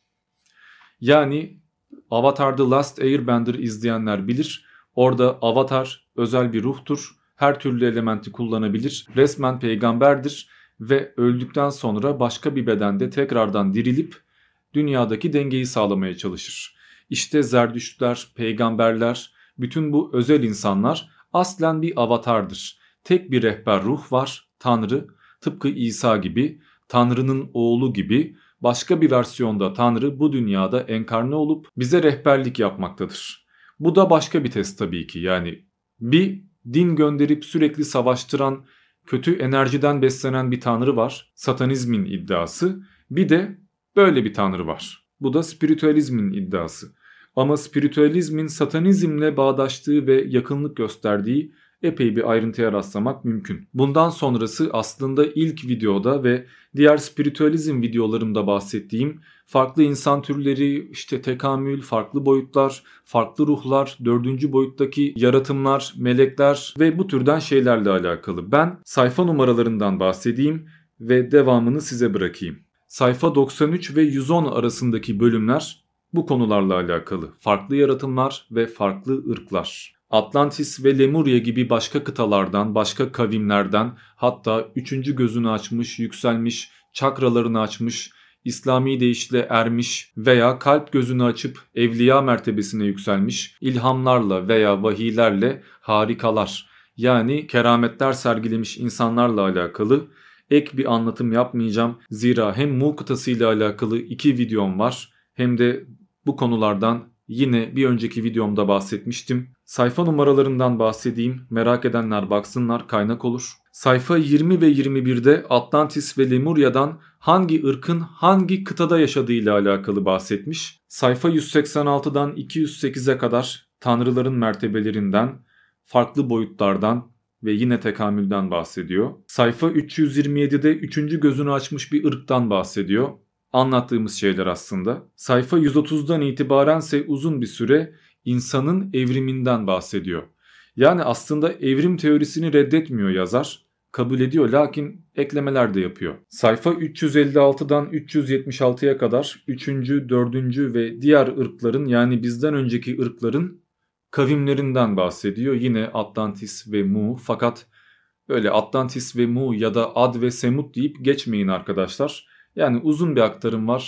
Yani Avatar The Last Airbender izleyenler bilir. Orada Avatar özel bir ruhtur. Her türlü elementi kullanabilir. Resmen peygamberdir ve öldükten sonra başka bir bedende tekrardan dirilip dünyadaki dengeyi sağlamaya çalışır. İşte Zerdüştler, peygamberler, bütün bu özel insanlar aslen bir avatardır. Tek bir rehber ruh var, Tanrı, tıpkı İsa gibi, Tanrı'nın oğlu gibi başka bir versiyonda Tanrı bu dünyada enkarne olup bize rehberlik yapmaktadır. Bu da başka bir test tabii ki. Yani bir din gönderip sürekli savaştıran, kötü enerjiden beslenen bir tanrı var. Satanizmin iddiası. Bir de böyle bir tanrı var. Bu da spiritüalizmin iddiası. Ama spiritüalizmin satanizmle bağdaştığı ve yakınlık gösterdiği epey bir ayrıntıya rastlamak mümkün. Bundan sonrası aslında ilk videoda ve diğer spiritüalizm videolarımda bahsettiğim farklı insan türleri, işte tekamül, farklı boyutlar, farklı ruhlar, dördüncü boyuttaki yaratımlar, melekler ve bu türden şeylerle alakalı. Ben sayfa numaralarından bahsedeyim ve devamını size bırakayım. Sayfa doksan üç ve yüz on arasındaki bölümler bu konularla alakalı. Farklı yaratımlar ve farklı ırklar. Atlantis ve Lemurya gibi başka kıtalardan, başka kavimlerden, hatta üçüncü gözünü açmış, yükselmiş, çakralarını açmış, İslami deyişle ermiş veya kalp gözünü açıp evliya mertebesine yükselmiş, ilhamlarla veya vahiylerle harikalar, yani kerametler sergilemiş insanlarla alakalı ek bir anlatım yapmayacağım. Zira hem Mu kıtasıyla alakalı iki videom var, hem de bu konulardan yine bir önceki videomda bahsetmiştim. Sayfa numaralarından bahsedeyim. Merak edenler baksınlar, kaynak olur. Sayfa yirmi ve yirmi birde Atlantis ve Lemurya'dan hangi ırkın hangi kıtada yaşadığıyla alakalı bahsetmiş. Sayfa yüz seksen altıdan iki yüz sekize kadar tanrıların mertebelerinden, farklı boyutlardan ve yine tekamülden bahsediyor. Sayfa üç yüz yirmi yedide üçüncü gözünü açmış bir ırktan bahsediyor. Anlattığımız şeyler aslında. Sayfa yüz otuzdan itibarense uzun bir süre insanın evriminden bahsediyor. Yani aslında evrim teorisini reddetmiyor yazar, kabul ediyor, lakin eklemeler de yapıyor. Sayfa üç yüz elli altıdan üç yüz yetmiş altıya kadar üçüncü, dördüncü ve diğer ırkların, yani bizden önceki ırkların kavimlerinden bahsediyor. Yine Atlantis ve Mu, fakat böyle Atlantis ve Mu ya da Ad ve Semut deyip geçmeyin arkadaşlar. Yani uzun bir aktarım var.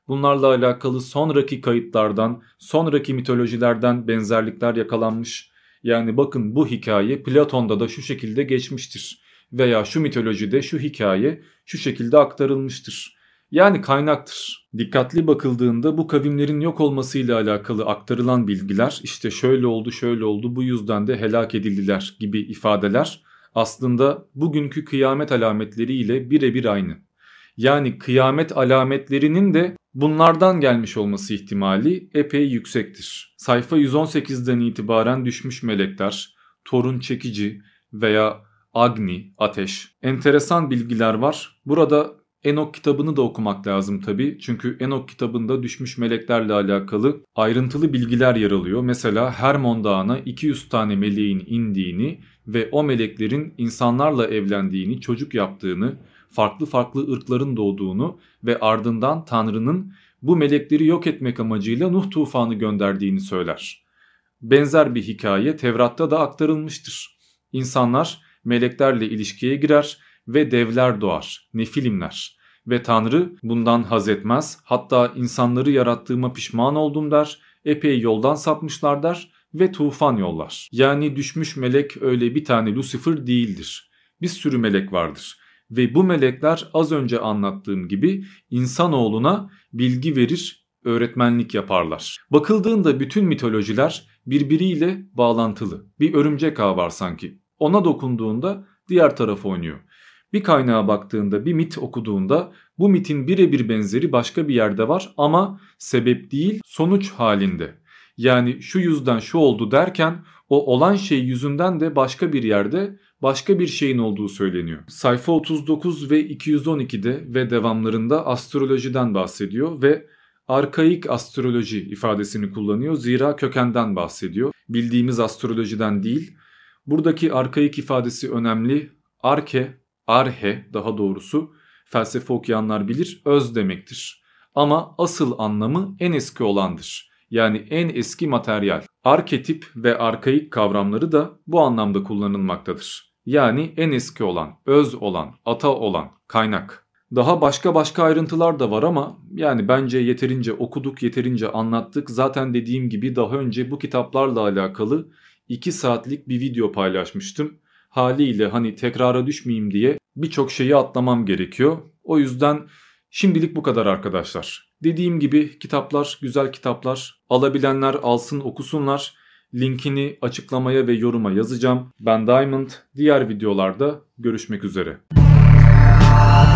Bunlarla alakalı sonraki kayıtlardan, sonraki mitolojilerden benzerlikler yakalanmış. Yani bakın bu hikaye Platon'da da şu şekilde geçmiştir veya şu mitolojide şu hikaye şu şekilde aktarılmıştır. Yani kaynaktır. Dikkatli bakıldığında bu kavimlerin yok olmasıyla alakalı aktarılan bilgiler, işte şöyle oldu şöyle oldu bu yüzden de helak edildiler gibi ifadeler aslında bugünkü kıyamet alametleriyle birebir aynı. Yani kıyamet alametlerinin de bunlardan gelmiş olması ihtimali epey yüksektir. Sayfa yüz on sekizden itibaren düşmüş melekler, torun çekici veya Agni, ateş. Enteresan bilgiler var. Burada Enok kitabını da okumak lazım tabii. Çünkü Enok kitabında düşmüş meleklerle alakalı ayrıntılı bilgiler yer alıyor. Mesela Hermon Dağı'na iki yüz tane meleğin indiğini ve o meleklerin insanlarla evlendiğini, çocuk yaptığını, farklı farklı ırkların doğduğunu ve ardından Tanrı'nın bu melekleri yok etmek amacıyla Nuh tufanı gönderdiğini söyler. Benzer bir hikaye Tevrat'ta da aktarılmıştır. İnsanlar meleklerle ilişkiye girer ve devler doğar, nefilimler. Ve Tanrı bundan haz etmez, hatta insanları yarattığıma pişman oldum der, epey yoldan sapmışlar der ve tufan yollar. Yani düşmüş melek öyle bir tane Lucifer değildir. Bir sürü melek vardır. Ve bu melekler az önce anlattığım gibi insanoğluna bilgi verir, öğretmenlik yaparlar. Bakıldığında bütün mitolojiler birbiriyle bağlantılı. Bir örümcek ağı var sanki. Ona dokunduğunda diğer taraf oynuyor. Bir kaynağa baktığında, bir mit okuduğunda bu mitin birebir benzeri başka bir yerde var ama sebep değil sonuç halinde. Yani şu yüzden şu oldu derken o olan şey yüzünden de başka bir yerde başka bir şeyin olduğu söyleniyor. Sayfa otuz dokuz ve iki yüz on ikide ve devamlarında astrolojiden bahsediyor ve arkaik astroloji ifadesini kullanıyor. Zira kökenden bahsediyor. Bildiğimiz astrolojiden değil. Buradaki arkaik ifadesi önemli. Arke, arhe daha doğrusu felsefe okuyanlar bilir öz demektir. Ama asıl anlamı en eski olandır. Yani en eski materyal. Arketip ve arkaik kavramları da bu anlamda kullanılmaktadır. Yani en eski olan, öz olan, ata olan, kaynak. Daha başka başka ayrıntılar da var ama yani bence yeterince okuduk, yeterince anlattık. Zaten dediğim gibi daha önce bu kitaplarla alakalı iki saatlik bir video paylaşmıştım. Haliyle hani tekrara düşmeyeyim diye birçok şeyi atlamam gerekiyor. O yüzden şimdilik bu kadar arkadaşlar. Dediğim gibi kitaplar, güzel kitaplar. Alabilenler alsın, okusunlar. Linkini açıklamaya ve yoruma yazacağım. Ben Diamond. Diğer videolarda görüşmek üzere.